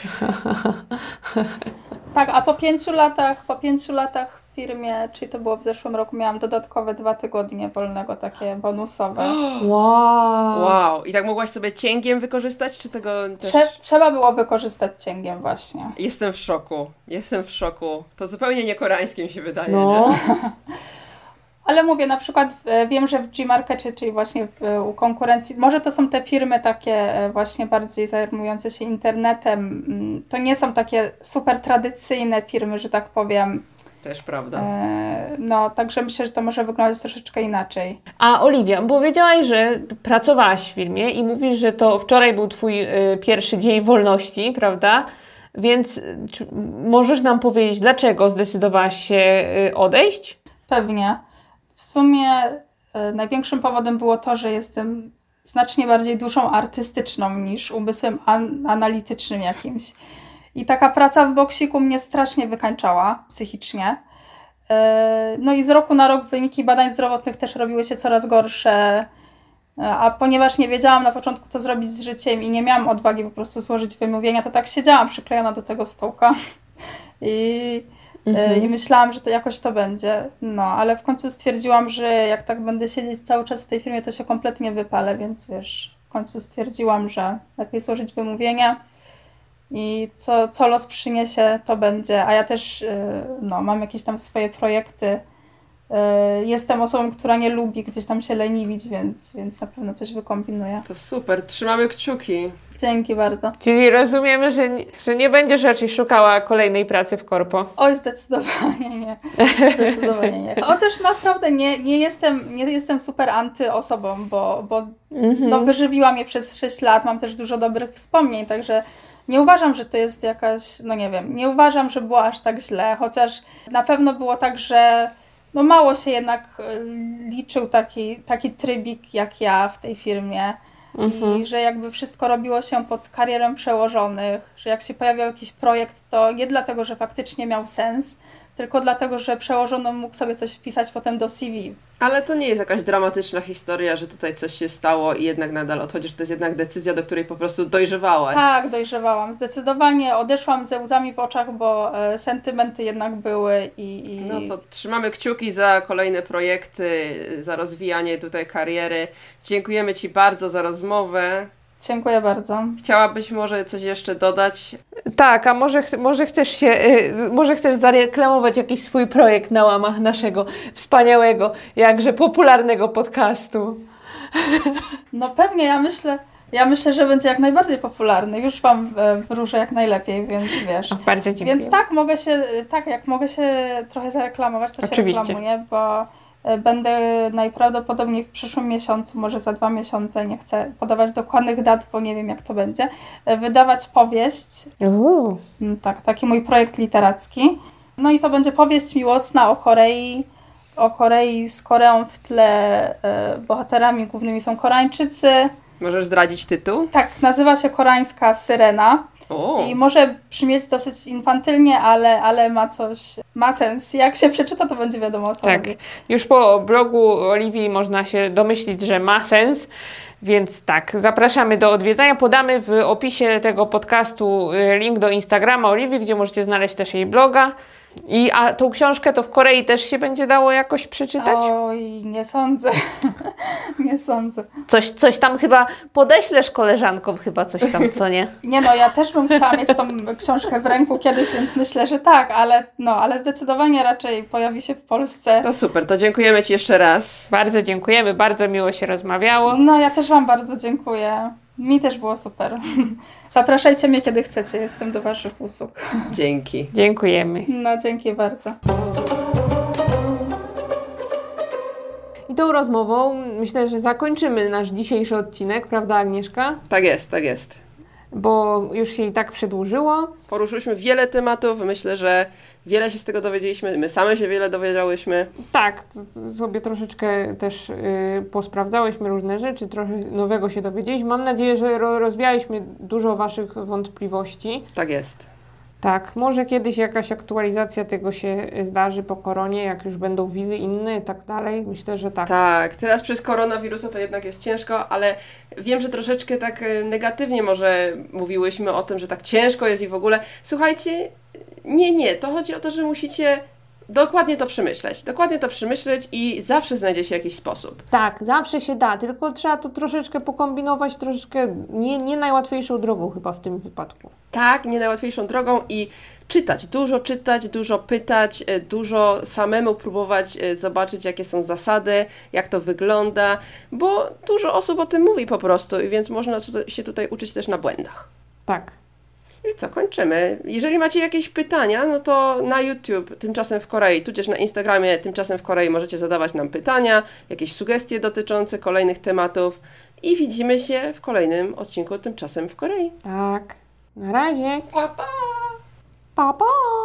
Tak, a po 5 latach w firmie, czyli to było w zeszłym roku, miałam dodatkowe 2 tygodnie wolnego, takie bonusowe. Wow! I tak mogłaś sobie cięgiem wykorzystać, czy tego też... Trzeba było wykorzystać cięgiem właśnie. Jestem w szoku. To zupełnie nie koreańskie mi się wydaje. No. Ale mówię, na przykład wiem, że w Gmarkecie, czyli właśnie u konkurencji, może to są te firmy takie właśnie bardziej zajmujące się internetem, to nie są takie super tradycyjne firmy, że tak powiem. Też prawda. No, także myślę, że to może wyglądać troszeczkę inaczej. A Oliwia, powiedziałaś, że pracowałaś w firmie i mówisz, że to wczoraj był Twój pierwszy dzień wolności, prawda? Więc możesz nam powiedzieć, dlaczego zdecydowałaś się odejść? Pewnie. W sumie największym powodem było to, że jestem znacznie bardziej duszą artystyczną niż umysłem analitycznym jakimś. I taka praca w boksiku mnie strasznie wykańczała psychicznie. No i z roku na rok wyniki badań zdrowotnych też robiły się coraz gorsze. A ponieważ nie wiedziałam na początku, co zrobić z życiem i nie miałam odwagi po prostu złożyć wymówienia, to tak siedziałam przyklejona do tego stołka i myślałam, że to jakoś to będzie. No, ale w końcu stwierdziłam, że jak tak będę siedzieć cały czas w tej firmie, to się kompletnie wypalę, więc wiesz, w końcu stwierdziłam, że lepiej złożyć wymówienia i co los przyniesie, to będzie. A ja też mam jakieś tam swoje projekty jestem osobą, która nie lubi gdzieś tam się leniwić, więc na pewno coś wykombinuję. To super, trzymamy kciuki. Dzięki bardzo. Czyli rozumiemy, że nie będziesz raczej szukała kolejnej pracy w korpo. Oj, zdecydowanie nie. Zdecydowanie nie. Chociaż naprawdę nie jestem super anty osobą, bo no, wyżywiła mnie przez 6 lat, mam też dużo dobrych wspomnień, także nie uważam, że to jest jakaś, no nie wiem, nie uważam, że było aż tak źle, chociaż na pewno było tak, że no mało się jednak liczył taki trybik jak ja w tej firmie. I że jakby wszystko robiło się pod karierą przełożonych, że jak się pojawiał jakiś projekt, to nie dlatego, że faktycznie miał sens, tylko dlatego, że przełożony mógł sobie coś wpisać potem do CV. Ale to nie jest jakaś dramatyczna historia, że tutaj coś się stało i jednak nadal odchodzisz. To jest jednak decyzja, do której po prostu dojrzewałaś. Tak, dojrzewałam. Zdecydowanie odeszłam ze łzami w oczach, bo sentymenty jednak były i... No to trzymamy kciuki za kolejne projekty, za rozwijanie tutaj kariery. Dziękujemy Ci bardzo za rozmowę. Dziękuję bardzo. Chciałabyś może coś jeszcze dodać? Tak, a może chcesz zareklamować jakiś swój projekt na łamach naszego wspaniałego, jakże popularnego podcastu? No pewnie, ja myślę, że będzie jak najbardziej popularny. Już Wam wróżę jak najlepiej, więc wiesz. Bardzo dziękuję. Więc jak mogę się trochę zareklamować, to Oczywiście. się reklamuję, bo będę najprawdopodobniej w przyszłym miesiącu, może za 2 miesiące, nie chcę podawać dokładnych dat, bo nie wiem jak to będzie, wydawać powieść. Tak, taki mój projekt literacki. No i to będzie powieść miłosna o Korei z Koreą w tle. Bohaterami głównymi są Koreańczycy. Możesz zdradzić tytuł? Tak, nazywa się Koreańska Syrena. I może brzmieć dosyć infantylnie, ale ma sens. Jak się przeczyta, to będzie wiadomo o co chodzi. Już po blogu Oliwii można się domyślić, że ma sens, więc tak, zapraszamy do odwiedzania. Podamy w opisie tego podcastu link do Instagrama Oliwii, gdzie możecie znaleźć też jej bloga. A tą książkę to w Korei też się będzie dało jakoś przeczytać? Oj, nie sądzę. Nie sądzę. Coś tam chyba podeślesz koleżankom chyba coś tam, co nie? Nie no, ja też bym chciała mieć tą książkę w ręku kiedyś, więc myślę, że tak, ale zdecydowanie raczej pojawi się w Polsce. No super, to dziękujemy Ci jeszcze raz. Bardzo dziękujemy, bardzo miło się rozmawiało. No ja też Wam bardzo dziękuję. Mi też było super. Zapraszajcie mnie kiedy chcecie, jestem do Waszych usług. Dzięki. Dziękujemy. No dzięki bardzo. I tą rozmową myślę, że zakończymy nasz dzisiejszy odcinek, prawda Agnieszka? Tak jest, tak jest. Bo już się i tak przedłużyło. Poruszyliśmy wiele tematów, myślę, że wiele się z tego dowiedzieliśmy, my same się wiele dowiedziałyśmy. Tak, to sobie troszeczkę też posprawdzałyśmy różne rzeczy, trochę nowego się dowiedzieliśmy. Mam nadzieję, że rozwialiśmy dużo Waszych wątpliwości. Tak jest. Tak, może kiedyś jakaś aktualizacja tego się zdarzy po koronie, jak już będą wizy inne i tak dalej. Myślę, że tak. Tak, teraz przez koronawirusa to jednak jest ciężko, ale wiem, że troszeczkę tak negatywnie może mówiłyśmy o tym, że tak ciężko jest i w ogóle. Słuchajcie, nie, to chodzi o to, że musicie dokładnie to przemyśleć i zawsze znajdzie się jakiś sposób. Tak, zawsze się da, tylko trzeba to troszeczkę pokombinować, troszeczkę nie najłatwiejszą drogą chyba w tym wypadku. Tak, nie najłatwiejszą drogą i czytać, dużo pytać, dużo samemu próbować zobaczyć, jakie są zasady, jak to wygląda, bo dużo osób o tym mówi po prostu, więc można się tutaj uczyć też na błędach. Tak. I co, kończymy. Jeżeli macie jakieś pytania, no to na YouTube, Tymczasem w Korei, tudzież na Instagramie, Tymczasem w Korei możecie zadawać nam pytania, jakieś sugestie dotyczące kolejnych tematów i widzimy się w kolejnym odcinku Tymczasem w Korei. Tak. Na razie. Pa, pa! Pa, pa!